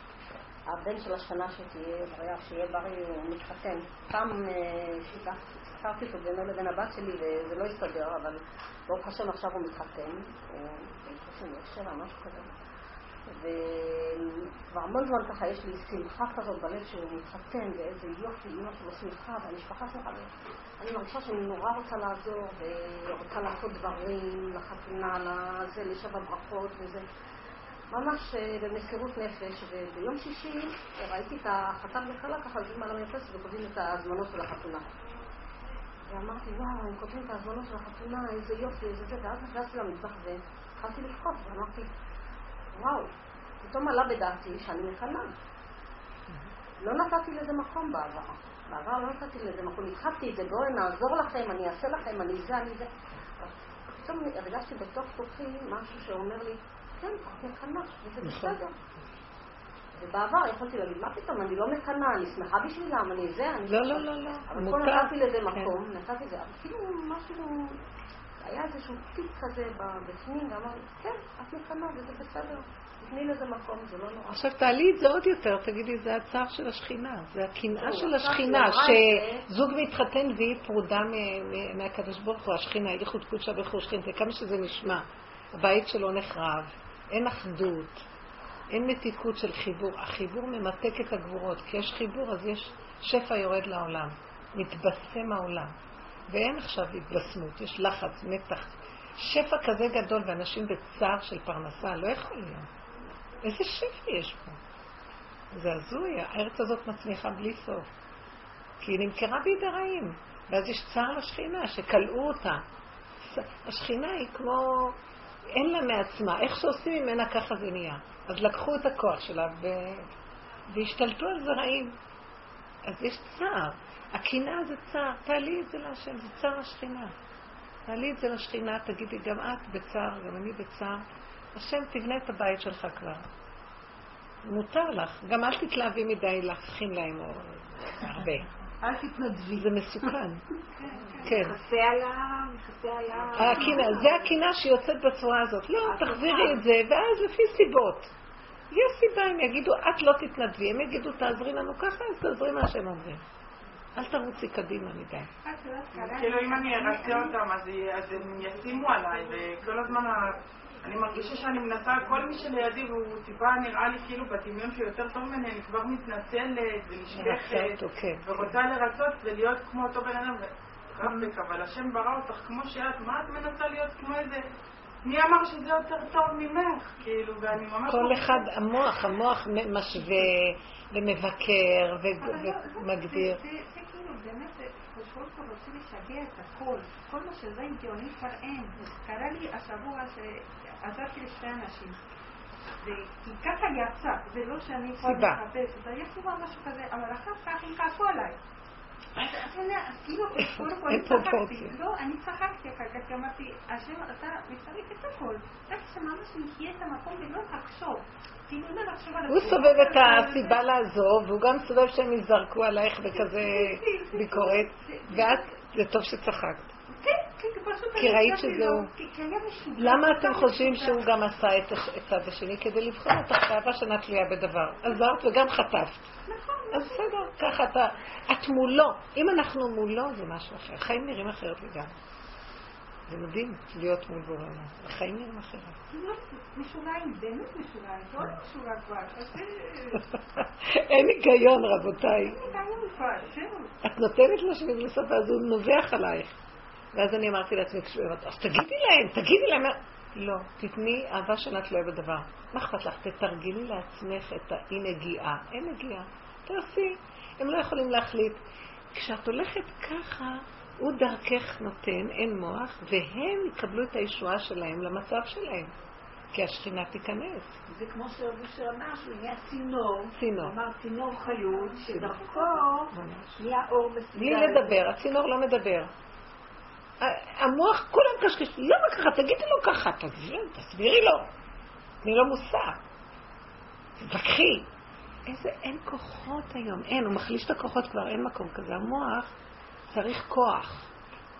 הבן של השנה שתהיה בריאה, שיהיה בריא, הוא מתחתן. פעם הכרתי אותו בינו לבין הבת שלי וזה לא הסתדר, אבל ברוך השם עכשיו הוא מתחתן, הוא שבע, משהו כזה. וכבר המון זמן ככה יש לי שמחה כזאת בלב שהוא מתחתן, ואיזה יופי, אמא שלו שמחה, והמשפחה שמחה. אני מרגישה שאני נורא רוצה לעזור, ורוצה לעשות דברים לחתונה, לזה, לשבע ברכות וזה. ממש במסירות נפש, וביום שישי ראיתי את החתן וחלה ככה, יושבים על המרפסת וכותבים את ההזמנות של החתונה. ואמרתי, וואו, הם כותבים את ההזמנות של החתונה, איזה יופי, איזה זה, ואז נכנסתי למטבח והתחלתי לבכות, ואמרתי, וואו, פתאום עלה בדעתי שאני מכנה. לא נתתי לזה מקום בעבר. בעבר לא נתתי לזה מקום. התחלתי את זה, בואו נעזור לכם, אני אעשה לכם, אני זה, אני זה. פתאום הרגשתי בתוך תוכי משהו שאומר לי, כן, אני מכנה, וזה בסדר. ובעבר יכולתי להגיד, מה פתאום, אני לא מכנה, אני שמחה בשבילם, אני זה, אני...
לא, לא, לא, לא.
אבל פה נתתי לזה מקום, נתתי לזה, אבל כאילו משהו... היה איזשהו טיפ כזה בפנים, ואמרתי, כן, את מכנה, וזה בסדר. תתני לזה מקום, זה לא נורא.
עכשיו תעלי את זה עוד יותר, תגידי, זה הצער של השכינה, זה הקנאה של השכינה, שזוג מתחתן והיא פרודה מהקדוש ברוך הוא, השכינה, היא לחוד קודשה בחור שכינתה, כמה שזה נשמע, הבית שלו נחרב, אין אחדות, אין מתיקות של חיבור, החיבור ממתק את הגבורות, כי יש חיבור אז יש שפע יורד לעולם, מתבשם העולם, ואין עכשיו התבשמות, יש לחץ, מתח, שפע כזה גדול ואנשים בצער של פרנסה, לא יכול להיות. איזה שפע יש פה? זה הזוי, הארץ הזאת מצמיחה בלי סוף. כי היא נמכרה בידי רעים, ואז יש צער לשכינה שקלעו אותה. השכינה היא כמו, אין לה מעצמה, איך שעושים ממנה ככה זה נהיה. אז לקחו את הכוח שלה ו... והשתלטו על זה רעים. אז יש צער. הקנאה זה צער, תעלי את זה להשם, זה צער השכינה. תעלי את זה לשכינה, תגידי גם את בצער, גם אני בצער. השם תבנה את הבית שלך כבר. מותר לך. גם אל תתלהבי מדי להכין להם או הרבה.
אל תתנדבי.
זה מסוכן. כן.
מכסה עליו, מכסה עליו.
הקנאה, זה הקנאה שיוצאת בצורה הזאת. לא, תחזירי את זה, ואז לפי סיבות. יש סיבה, הם יגידו, את לא תתנדבי. הם יגידו, תעזרי לנו ככה, אז תעזרי מה שהם אומרים. אל תרוצי קדימה מדי.
כאילו אם אני ארצה אותם אז הם ישימו עליי, וכל הזמן אני מרגישה שאני מנסה, כל מי שלידי והוא טיפה נראה לי כאילו בדמיון שיותר טוב ממני, אני כבר מתנצלת ונשכחת ורוצה לרצות ולהיות כמו אותו בן אדם ורבק, אבל השם ברא אותך כמו שאת, מה את מנסה להיות כמו איזה, מי אמר שזה יותר טוב ממך, כאילו, ואני ממש...
כל אחד, המוח, המוח משווה ומבקר ומגדיר.
באמת, חושבות פה רוצים לשגע את הכל. כל מה שזה אינטיוני כבר אין. קרה לי השבוע שעזרתי לשתי אנשים. כי ככה יצא, זה לא שאני כבר מחפשת. זה היה סיבה משהו כזה, אבל אחר כך הם כעסו עליי. אז כאילו, קודם כל אני צחקתי. לא, אני צחקתי אחר כך, כי אמרתי, השם, אתה מפרק את הכל. רק שממש נחיה את המקום ולא תחשוב.
הוא סובב את הסיבה לעזוב, והוא גם סובב שהם יזרקו עלייך בכזה ביקורת, ואת, זה טוב שצחקת. כי ראית שזהו. למה אתם חושבים שהוא גם עשה את הצד השני כדי לבחון אותך באהבה שנה תלויה בדבר? עזרת וגם חטפת. אז בסדר, ככה אתה, את מולו. אם אנחנו מולו זה משהו אחר. החיים נראים אחרת לגמרי. זה מדהים להיות מול בורנו. החיים נראים אחרת.
משוליים, באמת משוליים, לא משולה כבר.
אין היגיון, רבותיי. את נותנת לו שביל לסוף, ואז הוא נובח עלייך. ואז אני אמרתי לעצמי, אז תגידי להם, תגידי להם. לא, תתני אהבה שנה תלויה בדבר. מה אכפת לך? תתרגילי לעצמך את האי נגיעה. אין נגיעה. תעשי. הם לא יכולים להחליט. כשאת הולכת ככה, הוא דרכך נותן, אין מוח, והם יקבלו את הישועה שלהם למצב שלהם. כי השכינה תיכנס.
זה כמו שרבושר אמר, שהוא נהיה צינור.
צינור.
אמר צינור חיות, שדרכו נהיה אור מסגל.
בלי לדבר, הצינור לא מדבר. המוח כולם קשקש, לא מה ככה, תגידי לו ככה, תסבירי לו. תני לו מוסר. תתווכחי. איזה, אין כוחות היום, אין, הוא מחליש את הכוחות כבר, אין מקום כזה. המוח צריך כוח.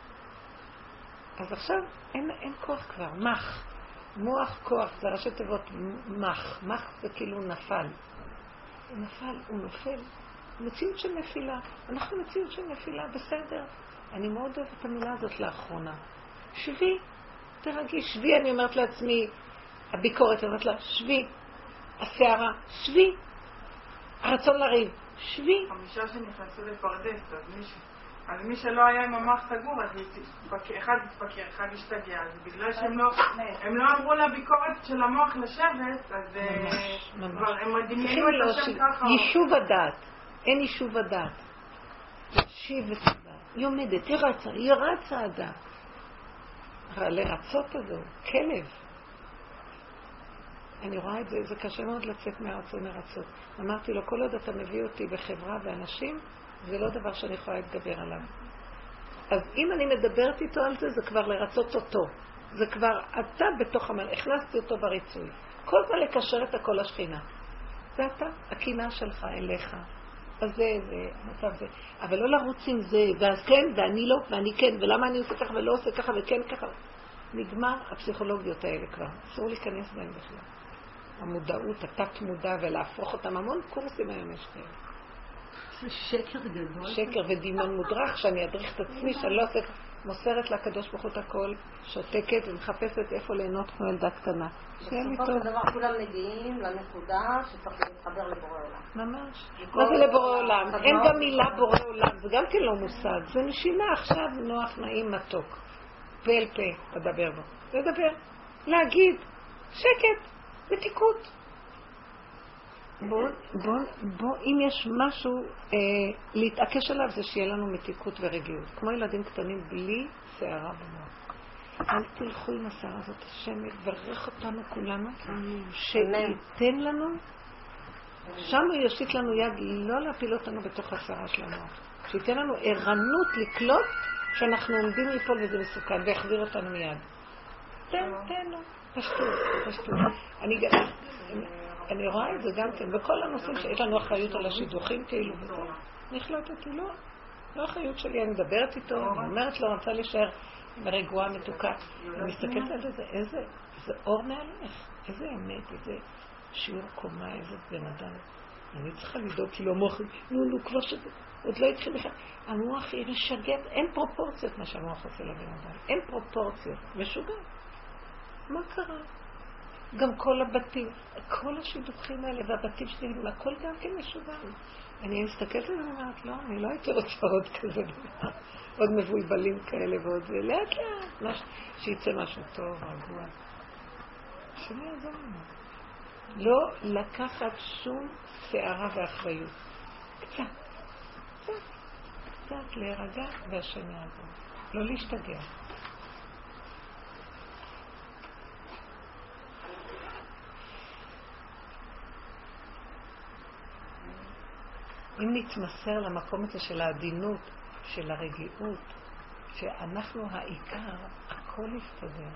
אז עכשיו אין, אין כוח כבר, מח. מוח כוח, זה ראשי תיבות מח. מח זה כאילו נפל. הוא נפל, הוא נופל. מציאות של נפילה. אנחנו מציאות של נפילה, בסדר. אני מאוד אוהבת את המילה הזאת לאחרונה. שבי, תרגי, שבי, אני אומרת לעצמי, הביקורת, אני אומרת לה, שבי, השערה, שבי, הרצון לריב, שבי.
חמישה שנכנסו לפרדס, אז מישהו, אז מי שלא היה עם המוח סגור, אז אחד התפקר, אחד השתגע, אז בגלל שהם לא, הם לא אמרו לביקורת של המוח לשבת, אז כבר הם דמיינו את השם ככה.
יישוב הדעת, אין יישוב הדעת. שיב את הדעת, היא עומדת, היא רצה, היא רצה הדעת. לרצות הזו, כלב. אני רואה את זה, זה קשה מאוד לצאת מהרצון לרצות. אמרתי לו, כל עוד אתה מביא אותי בחברה ואנשים, זה לא דבר שאני יכולה להתגבר עליו. אז אם אני מדברת איתו על זה, זה כבר לרצות אותו. זה כבר אתה בתוך המל... הכנסתי אותו בריצוי. כל פעם לקשר את הכל לשכינה. זה אתה, הקינה שלך אליך. אז זה, זה, המצב זה. אבל לא לרוץ עם זה, ואז כן, ואני לא, ואני כן, ולמה אני עושה ככה ולא עושה ככה וכן ככה. נגמר הפסיכולוגיות האלה כבר. אסור להיכנס בהם בכלל. המודעות, התת מודע, ולהפוך אותם המון קורסים היום יש כאלה.
זה שקר גדול.
שקר ודימון מודרך, שאני אדריך את עצמי, שאני לא עושה, מוסרת לקדוש ברוך הוא את הכל, שותקת ומחפשת איפה ליהנות כמו ילדה קטנה.
בסופו של דבר כולם מגיעים לנקודה שצריך להתחבר לבורא עולם.
ממש. מה זה לבורא עולם? אין גם מילה בורא עולם, זה גם כן לא מושג. זה נשימה עכשיו נוח, נעים, מתוק. פה אל פה, לדבר בו. לדבר. להגיד. שקט. מתיקות. בוא, בוא, בוא, אם יש משהו אה, להתעקש עליו, זה שיהיה לנו מתיקות ורגיעות. כמו ילדים קטנים בלי שערה במוח. אל תלכו עם השערה הזאת, השם יברך אותנו כולנו, שייתן לנו, שם הוא יושיט לנו יד לא להפיל אותנו בתוך השערה של המוח. שייתן לנו ערנות לקלוט שאנחנו עומדים ליפול וזה מסוכן, ויחזיר אותנו מיד. תן, תן לו. פשטות, פשטות. אני, אני רואה את זה גם כן, בכל הנושאים שיש לנו אחריות על השידוכים כאילו, וזה, אני החלטתי, לא, לא אחריות שלי, אני מדברת איתו, אני אומרת לו, אני רוצה להישאר ברגועה מתוקה, אני מסתכלת על זה, איזה, איזה אור מעליך, איזה אמת, איזה שיעור קומה, איזה בן אדם. אני צריכה לדאוג, כאילו המוח, נו, נו, כבר שזה, עוד לא התחיל בכלל. המוח היא משגעת, אין פרופורציות מה שהמוח עושה לבן אדם, אין פרופורציות, משוגע. מה קרה? גם כל הבתים, כל השידוכים האלה והבתים שלי, הכל גם כן משוגע. אני מסתכלת על זה ואומרת, לא, אני לא הייתי רוצה עוד כזה דבר. עוד מבולבלים כאלה ועוד זה, לאט לאט, שיצא משהו טוב, רגוע. שלא יעזור לנו. לא לקחת שום שערה ואחריות. קצת, קצת, קצת להירגע והשם יעזור. לא להשתגע. אם נתמסר למקום הזה של העדינות, של הרגיעות, שאנחנו העיקר, הכל יסתדר.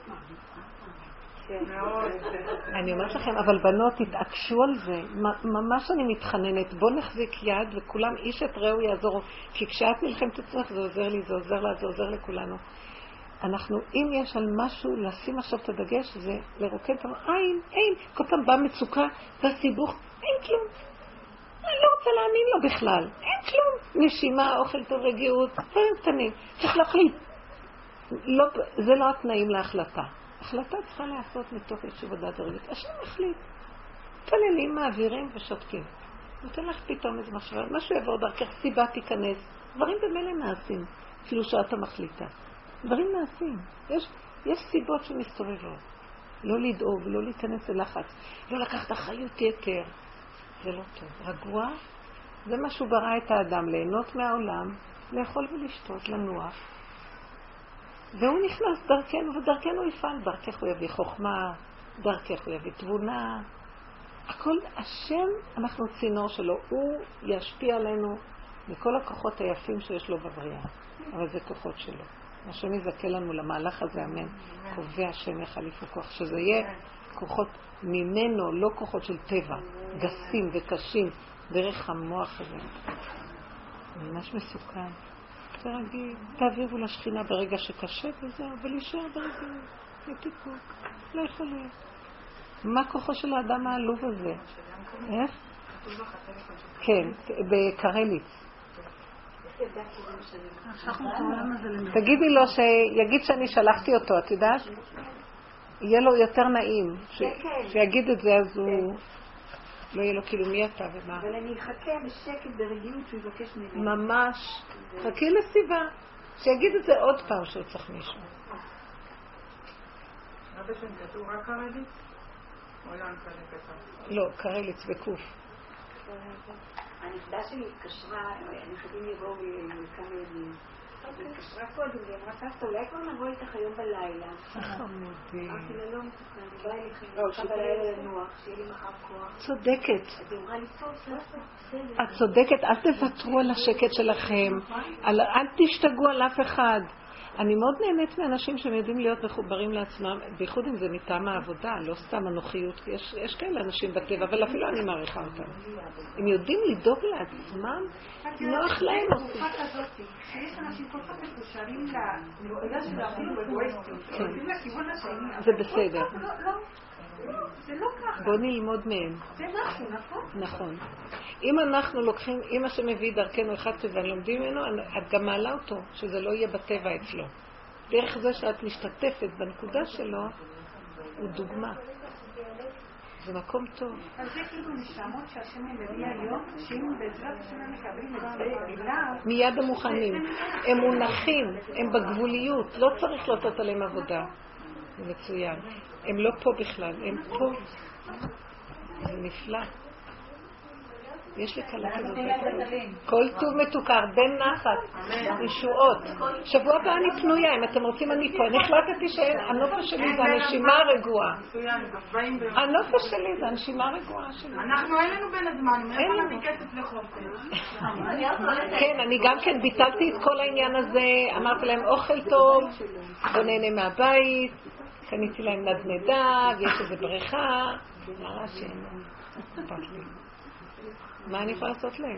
אני אומרת לכם, אבל בנות, תתעקשו על זה. ממש אני מתחננת. בוא נחזיק יד וכולם איש את רעהו יעזור. כי כשאת נלחמת אצלך, זה עוזר לי, זה עוזר לה, זה עוזר לכולנו. אנחנו, אם יש על משהו, לשים עכשיו את הדגש, זה לרוקד את העין, אין. כל פעם בא מצוקה, והסיבוך, אין כלום. אני לא רוצה להאמין לו בכלל. אין כלום. נשימה, אוכל טוב, רגיעות, דברים קטנים. צריך להחליט. לא, זה לא התנאים להחלטה. החלטה צריכה לעשות מתוך יישוב הדעת הרגילות. השם מחליט. פללים, מעבירים ושותקים. נותן לך פתאום איזה מחשבה. משהו יעבור דרכך, סיבה תיכנס. דברים במילא נעשים. אפילו שאתה מחליטה. דברים נעשים. יש, יש סיבות שמסתובבות. לא לדאוג, לא להיכנס ללחץ. לא לקחת אחריות יתר. זה לא טוב. רגוע, זה מה שהוא ברא את האדם, ליהנות מהעולם, לאכול ולשתות, לנוח. והוא נכנס דרכנו, ודרכנו יפעל. דרכך הוא יביא חוכמה, דרכך הוא יביא תבונה. הכל, השם, אנחנו צינור שלו, הוא ישפיע עלינו מכל הכוחות היפים שיש לו בבריאה. אבל זה כוחות שלו. השם יזכה לנו למהלך הזה, אמן. קובע השם יחליפו כוח, שזה יהיה כוחות ממנו, לא כוחות של טבע, גסים וקשים, דרך המוח הזה. ממש מסוכן. תרגיל, תעבירו לשכינה ברגע שקשה וזהו, ולהישאר ברגע, מתיקות, לא יכול להיות. מה כוחו של האדם העלוב הזה? איך? כן, בקרליץ.
ידעתי זה משנה?
המשכנו את העולם הזה למעלה.
תגידי לו שיגיד שאני שלחתי אותו, את יודעת? יהיה לו יותר נעים. שיגיד את זה, אז הוא... לא יהיה לו כאילו מי אתה ומה.
אבל אני אחכה בשקט ברגיעות שהוא יבקש ממני.
ממש. חכי לסיבה. שיגיד את זה עוד פעם שהוא צריך מישהו.
רבי שם כתוב רק קרליץ? או לא אנקה לכתב?
לא, קרליץ בקוף.
הנכדה שלי התקשרה, הנכדים יבואו מכמה ימים. היא התקשרה קודם, והיא אמרה, סבתא, אולי כבר נבוא איתך היום בלילה.
חמודי.
אמרתי לה, לא מתוכן, אני באה אליכם, אני באה בלילה לנוח, שיהיה לי מחר כוח.
צודקת.
אז היא אמרה לי, טוב, סבתא, בסדר.
את צודקת, אל תוותרו על השקט שלכם. אל תשתגעו על אף אחד. אני מאוד נהנית מאנשים שהם יודעים להיות מחוברים לעצמם, בייחוד אם זה מטעם העבודה, לא סתם הנוחיות. יש, יש כאלה אנשים בטבע, אבל אפילו אני מעריכה אותם. הם יודעים לדאוג לעצמם, נוח להם.
בתקופה כזאת, שיש אנשים כל כך מקושרים לנקודה של אפילו בגואסטים, הולכים לכיוון השני.
זה בסדר.
זה לא ככה.
בוא נלמוד מהם.
זה משהו, נכון?
נכון. אם אנחנו לוקחים, אם מה שמביא דרכנו אחד כזה ולומדים ממנו, את גם מעלה אותו, שזה לא יהיה בטבע אצלו. דרך זה שאת משתתפת בנקודה שלו, הוא דוגמה. זה מקום טוב.
אז זה כאילו נשמות שהשם מביא היום, שאם בעזרת השם מקבלים את זה אליו...
מיד המוכנים. הם מונחים, הם בגבוליות, לא צריך לעשות עליהם עבודה. זה מצוין. הם לא פה בכלל, הם פה. זה נפלא. יש לי קלה כזאת. כל טוב מתוקר, בן נחת, ישועות. שבוע הבא אני פנויה, אם אתם רוצים אני פה. אני החלטתי שהנופש שלי זה הנשימה הרגועה. הנופש שלי זה הנשימה הרגועה שלי.
אנחנו אין לנו בין הזמן, מאיפה נביא כסף לחופש?
כן, אני גם כן ביטלתי את כל העניין הזה, אמרתי להם אוכל טוב, בוא נהנה מהבית, קניתי להם נדנדה, ויש איזה בריכה, נראה שאין לי. מה אני יכולה לעשות להם?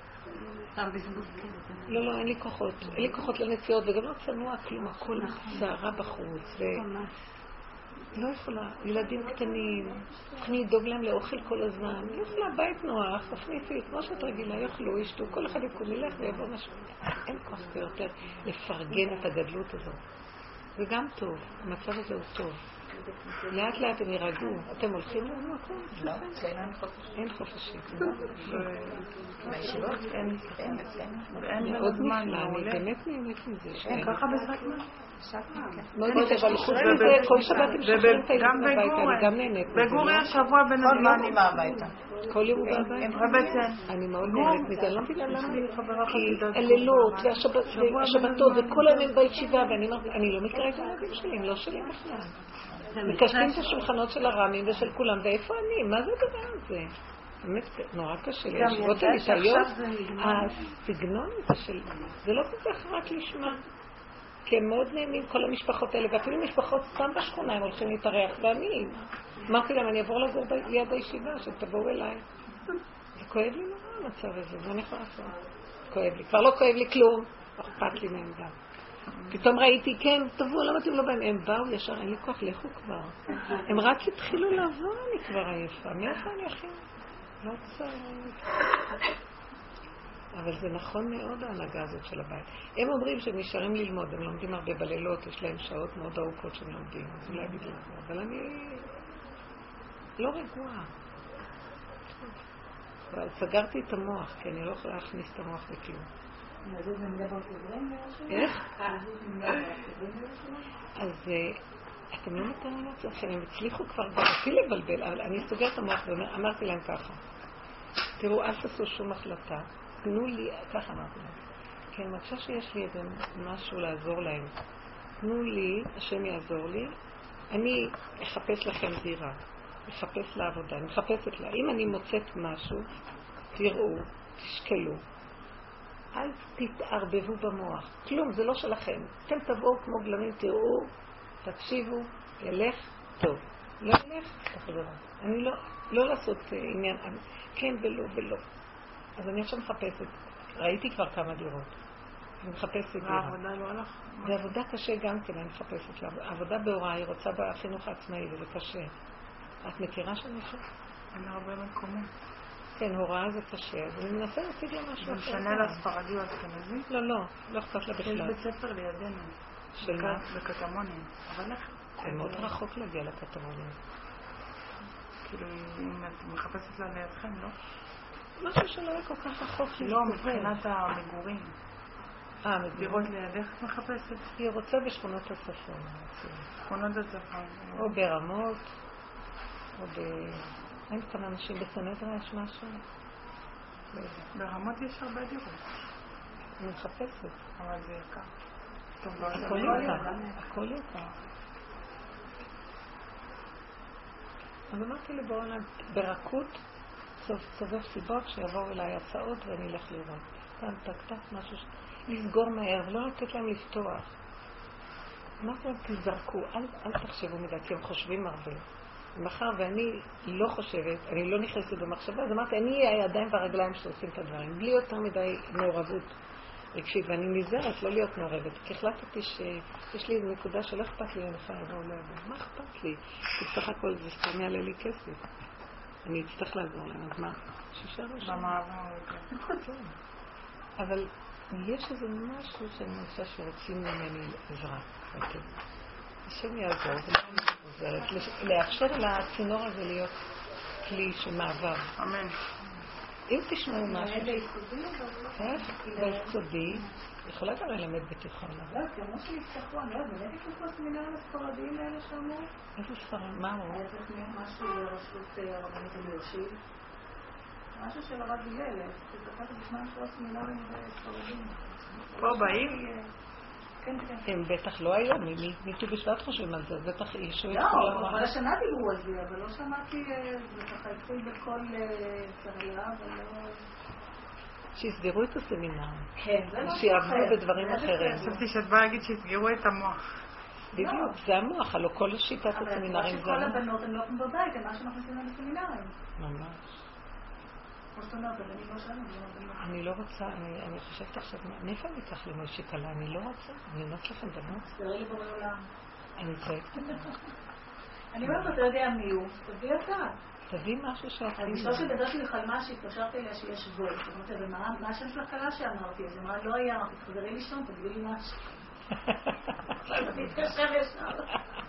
לא, לא, אין לי כוחות. אין לי כוחות לנסיעות, וגם לא צנוע כלום, הכל צערה בחוץ. לא יכולה, ילדים קטנים, צריכים לדאוג להם לאוכל כל הזמן. לא יכולה, בית נוח, תכניסי, כמו שאת רגילה, יאכלו, ישתו, כל אחד יקום, ילך ויבוא משהו. אין כוח ביותר לפרגן את הגדלות הזאת. זה גם טוב, המצב הזה הוא טוב. לאט לאט הם ירגעו. אתם הולכים לנו הכל?
לא, אין חופש.
אין חופשים.
בישיבות אין, אין, אין.
מאוד נפלא, אני באמת נהנית מזה.
אין, ככה בזמן.
מאוד נפלא, אבל חוץ מזה, כל שבת הם שחררים את הילדים הביתה, אני גם נהנית מזה.
בגורי השבוע בין
כל יום היא מהביתה.
כל יום הוא בבית? אני מאוד נהנית מזה, אני לא מבינה למה. כי הלילות והשבתות וכל היום הם בישיבה, ואני אומרת, אני לא מכירה את הילדים שלי, הם לא שלי בכלל. מקשרים את השולחנות של הרמים ושל כולם, ואיפה אני? מה זה הדבר הזה? באמת נורא קשה לי. הישיבות הליטאיות, הסגנון הזה של... זה לא כל כך רק לשמה. כי הם מאוד נהנים כל המשפחות האלה, ואפילו משפחות סתם בשכונה הם הולכים להתארח, ואני אמרתי להם, אני אעבור לגור ליד הישיבה, שתבואו אליי. זה כואב לי נורא המצב הזה, מה אני יכולה לעשות? כואב לי. כבר לא כואב לי כלום, אכפת לי מהם גם. פתאום ראיתי, כן, תבואו, למה אתם לא באים? הם באו ישר, אין לי כוח, לכו כבר. הם רק התחילו לעבור, אני כבר עייפה. מאיפה אני הכי? לא צריך. אבל זה נכון מאוד ההנהגה הזאת של הבית. הם אומרים שהם נשארים ללמוד, הם לומדים הרבה בלילות, יש להם שעות מאוד ארוכות שהם לומדים, אז אולי בגלל זה. אבל אני לא רגועה. אבל סגרתי את המוח, כי אני לא יכולה להכניס את המוח בכלום. איך? אז אתם לא מתארים לעצמכם, הם הצליחו כבר אותי לבלבל, אבל אני סוגרת את המוח ואמרתי להם ככה, תראו, אל תעשו שום החלטה, תנו לי, ככה אמרתי להם, כי אני מרגישה שיש לי איזה משהו לעזור להם, תנו לי, השם יעזור לי, אני אחפש לכם דירה, אחפש לעבודה, אני מחפשת לה, אם אני מוצאת משהו, תראו, תשקלו, אל תתערבבו במוח. כלום, זה לא שלכם. אתם תבואו כמו גלמים, תראו, תקשיבו, ילך, טוב. לא ילך, תחזרו. אני לא, לא לעשות עניין, כן ולא ולא. אז אני עכשיו מחפשת. ראיתי כבר כמה דירות. אני מחפשת דירה.
העבודה לא הלך?
זה עבודה קשה גם כן, אני מחפשת לה. עבודה בהוראה, היא רוצה בחינוך העצמאי, וזה קשה. את מכירה שאני חושבת?
אין הרבה מקומות.
כן, הוראה זה קשה, אז אני מנסה להציג לה משהו.
זה משנה לספרדי או אשכנזי?
לא, לא, לא אכפת לה
יש
בכלל.
בית ספר לידינו.
של מה?
בקטמונים. אבל איך?
זה מאוד רחוק להגיע לקטמונים.
כאילו, אם את מחפשת לה לידכם, לא?
משהו שלא יהיה כל כך רחוק.
לא, מבחינת המגורים.
אה, מגורים.
דירות לידך את מחפשת?
היא רוצה בשכונות הצפון.
שכונות הצפון.
או ברמות, או ב... אין כאן אנשים בסנהדריה, יש משהו?
ברמות יש הרבה דירות.
אני מחפשת.
אבל זה יקר.
הכל יקר. הכל יקר. אז אמרתי לי בעולם, ברכות סובב סיבות שיבואו אליי הצעות ואני אלך לראות. כאן תקתק משהו, לסגור מהר ולא לתת להם לפתוח. אמרתי להם, תזרקו, אל, אל תחשבו מדי, כי הם חושבים הרבה. מחר ואני לא חושבת, אני לא נכנסת במחשבה, אז אמרתי, אני אהיה הידיים והרגליים שעושים את הדברים, בלי יותר מדי מעורבות רגשית, ואני נזהרת לא להיות מעורבת, כי החלטתי שיש לי נקודה שלא אכפת לי, אני חייבה או לא יבוא. מה אכפת לי? כי בסך הכל זה סתם יעלה לי כסף. אני אצטרך לעזור להם, אז מה? שישה ראשון.
במעבר,
כן. אבל יש איזה משהו שאני חושב שרוצים ממני עזרה. השם יעזור, זה לא עוזרת. לאפשר לצינור הזה להיות כלי שמעבר.
אמן.
אם תשמעו משהו... איך? ביסודי. יכולה גם ללמד בתיכון.
לא, כמו שנפתחו, אני לא יודעת, באמת יקלחו הסמינרים הספרדיים האלה שאמרו?
איזה ספרים? מה אמרו?
היה צריך משהו לרשות הרבנית המרשיד. משהו של הרב הלל, שזכרתי בשמם של הסמינרים הספרדיים.
פה בעיר?
כן, כן.
הם בטח לא היום, מיטו בשבט חושבים על זה, אז בטח אישו את כל
לא,
הרע.
אבל השנה דיברו על זה, אבל לא שמעתי, זה ככה התחיל בכל צריה, אבל לא...
שיסגרו את הסמינר.
כן, זה לא
שיעבדו בדברים אחרים.
חשבתי שאת באה להגיד שיסגרו את המוח.
בדיוק, זה המוח, הלוא כל שיטת
אבל
הסמינרים זה
כל
המוח.
הבנות הן לא כמו בבית, הן מה שמכניסים להם בסמינרים.
ממש.
כמו שאתה אומרת, אבל אני לא שם, אני לא...
אני לא רוצה, אני, אני חושבת עכשיו, מאיפה אני אקח למוישי קלה? אני לא רוצה, אני אומרת לכם בנות.
תראי לי בורא עולם.
אני צועקת עליו.
אני אומרת, אתה יודע מי הוא, תביא אתה.
תביא משהו שעושים.
אז אשתו של בדרך כלל חלמה שהתקשרתי אליה שיש וולט. זאת אומרת, מה השם של הקלה שאמרתי? אז היא אמרה, לא היה, אמרתי, תחזרי לישון, תגידי לי משהו. אז אני אתקשר ישר.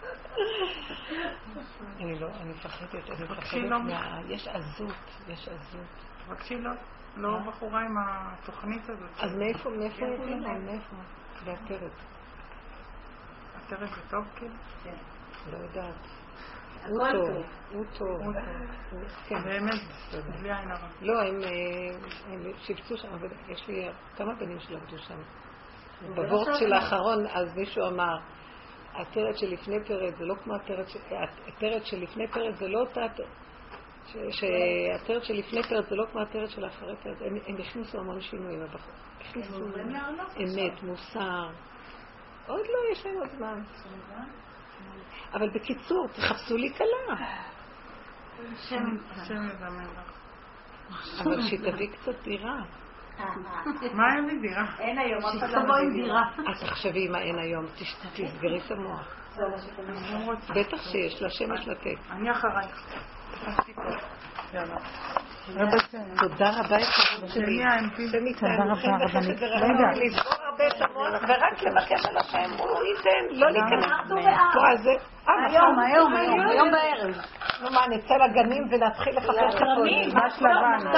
אני לא, אני מפחדת, אני מפחדת מה... יש עזות, יש עזות.
תבקשי לא, לא בחורה עם התוכנית הזאת.
אז מאיפה, מאיפה יתאים להם, מאיפה? בעטרת.
עטרת זה טוב כאילו?
כן.
לא יודעת.
הכל
הוא
טוב.
טוב, הוא טוב. כן.
באמת, בלי עין הרע.
לא, הם שיפצו שם, יש לי כמה בנים שלמדו שם. בבורט של האחרון, אז מישהו אמר, עטרת שלפני פרד זה לא כמו עטרת, עטרת שלפני פרד זה לא אותה, שעטרת שלפני פרד זה לא כמו עטרת של אחרי פרד. הם הכניסו המון שינויים, הכניסו אמת, מוסר. עוד לא, יש להם עוד זמן. אבל בקיצור, תחפשו לי קלה.
השם יזמן לך.
אבל שתביא קצת דירה.
מה אין לי דירה?
אין היום, אף אחד לא
שתבוא עם
מביא
דירה.
אז תחשבי מה אין היום, תסגרי את המוח.
זה מה שאתה
אני רוצה.
בטח שיש, לשמש לתת.
אני אחרייך. תחפשי פה. יאללה.
תודה רבה יקרה שלי. תודה רבה רבנית. רגע. לסגור הרבה את המוח ורק לבקש על השם. הוא ייתן, לא להיכנס. פה הזה.
היום, היום, היום, היום בערב.
נו מה, נצא לגנים ונתחיל לחפש את הכלים. מה שלבן?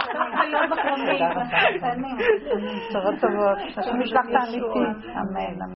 תודה רבה. בשורות טובות. השם ישלח את האמיתי. אמן.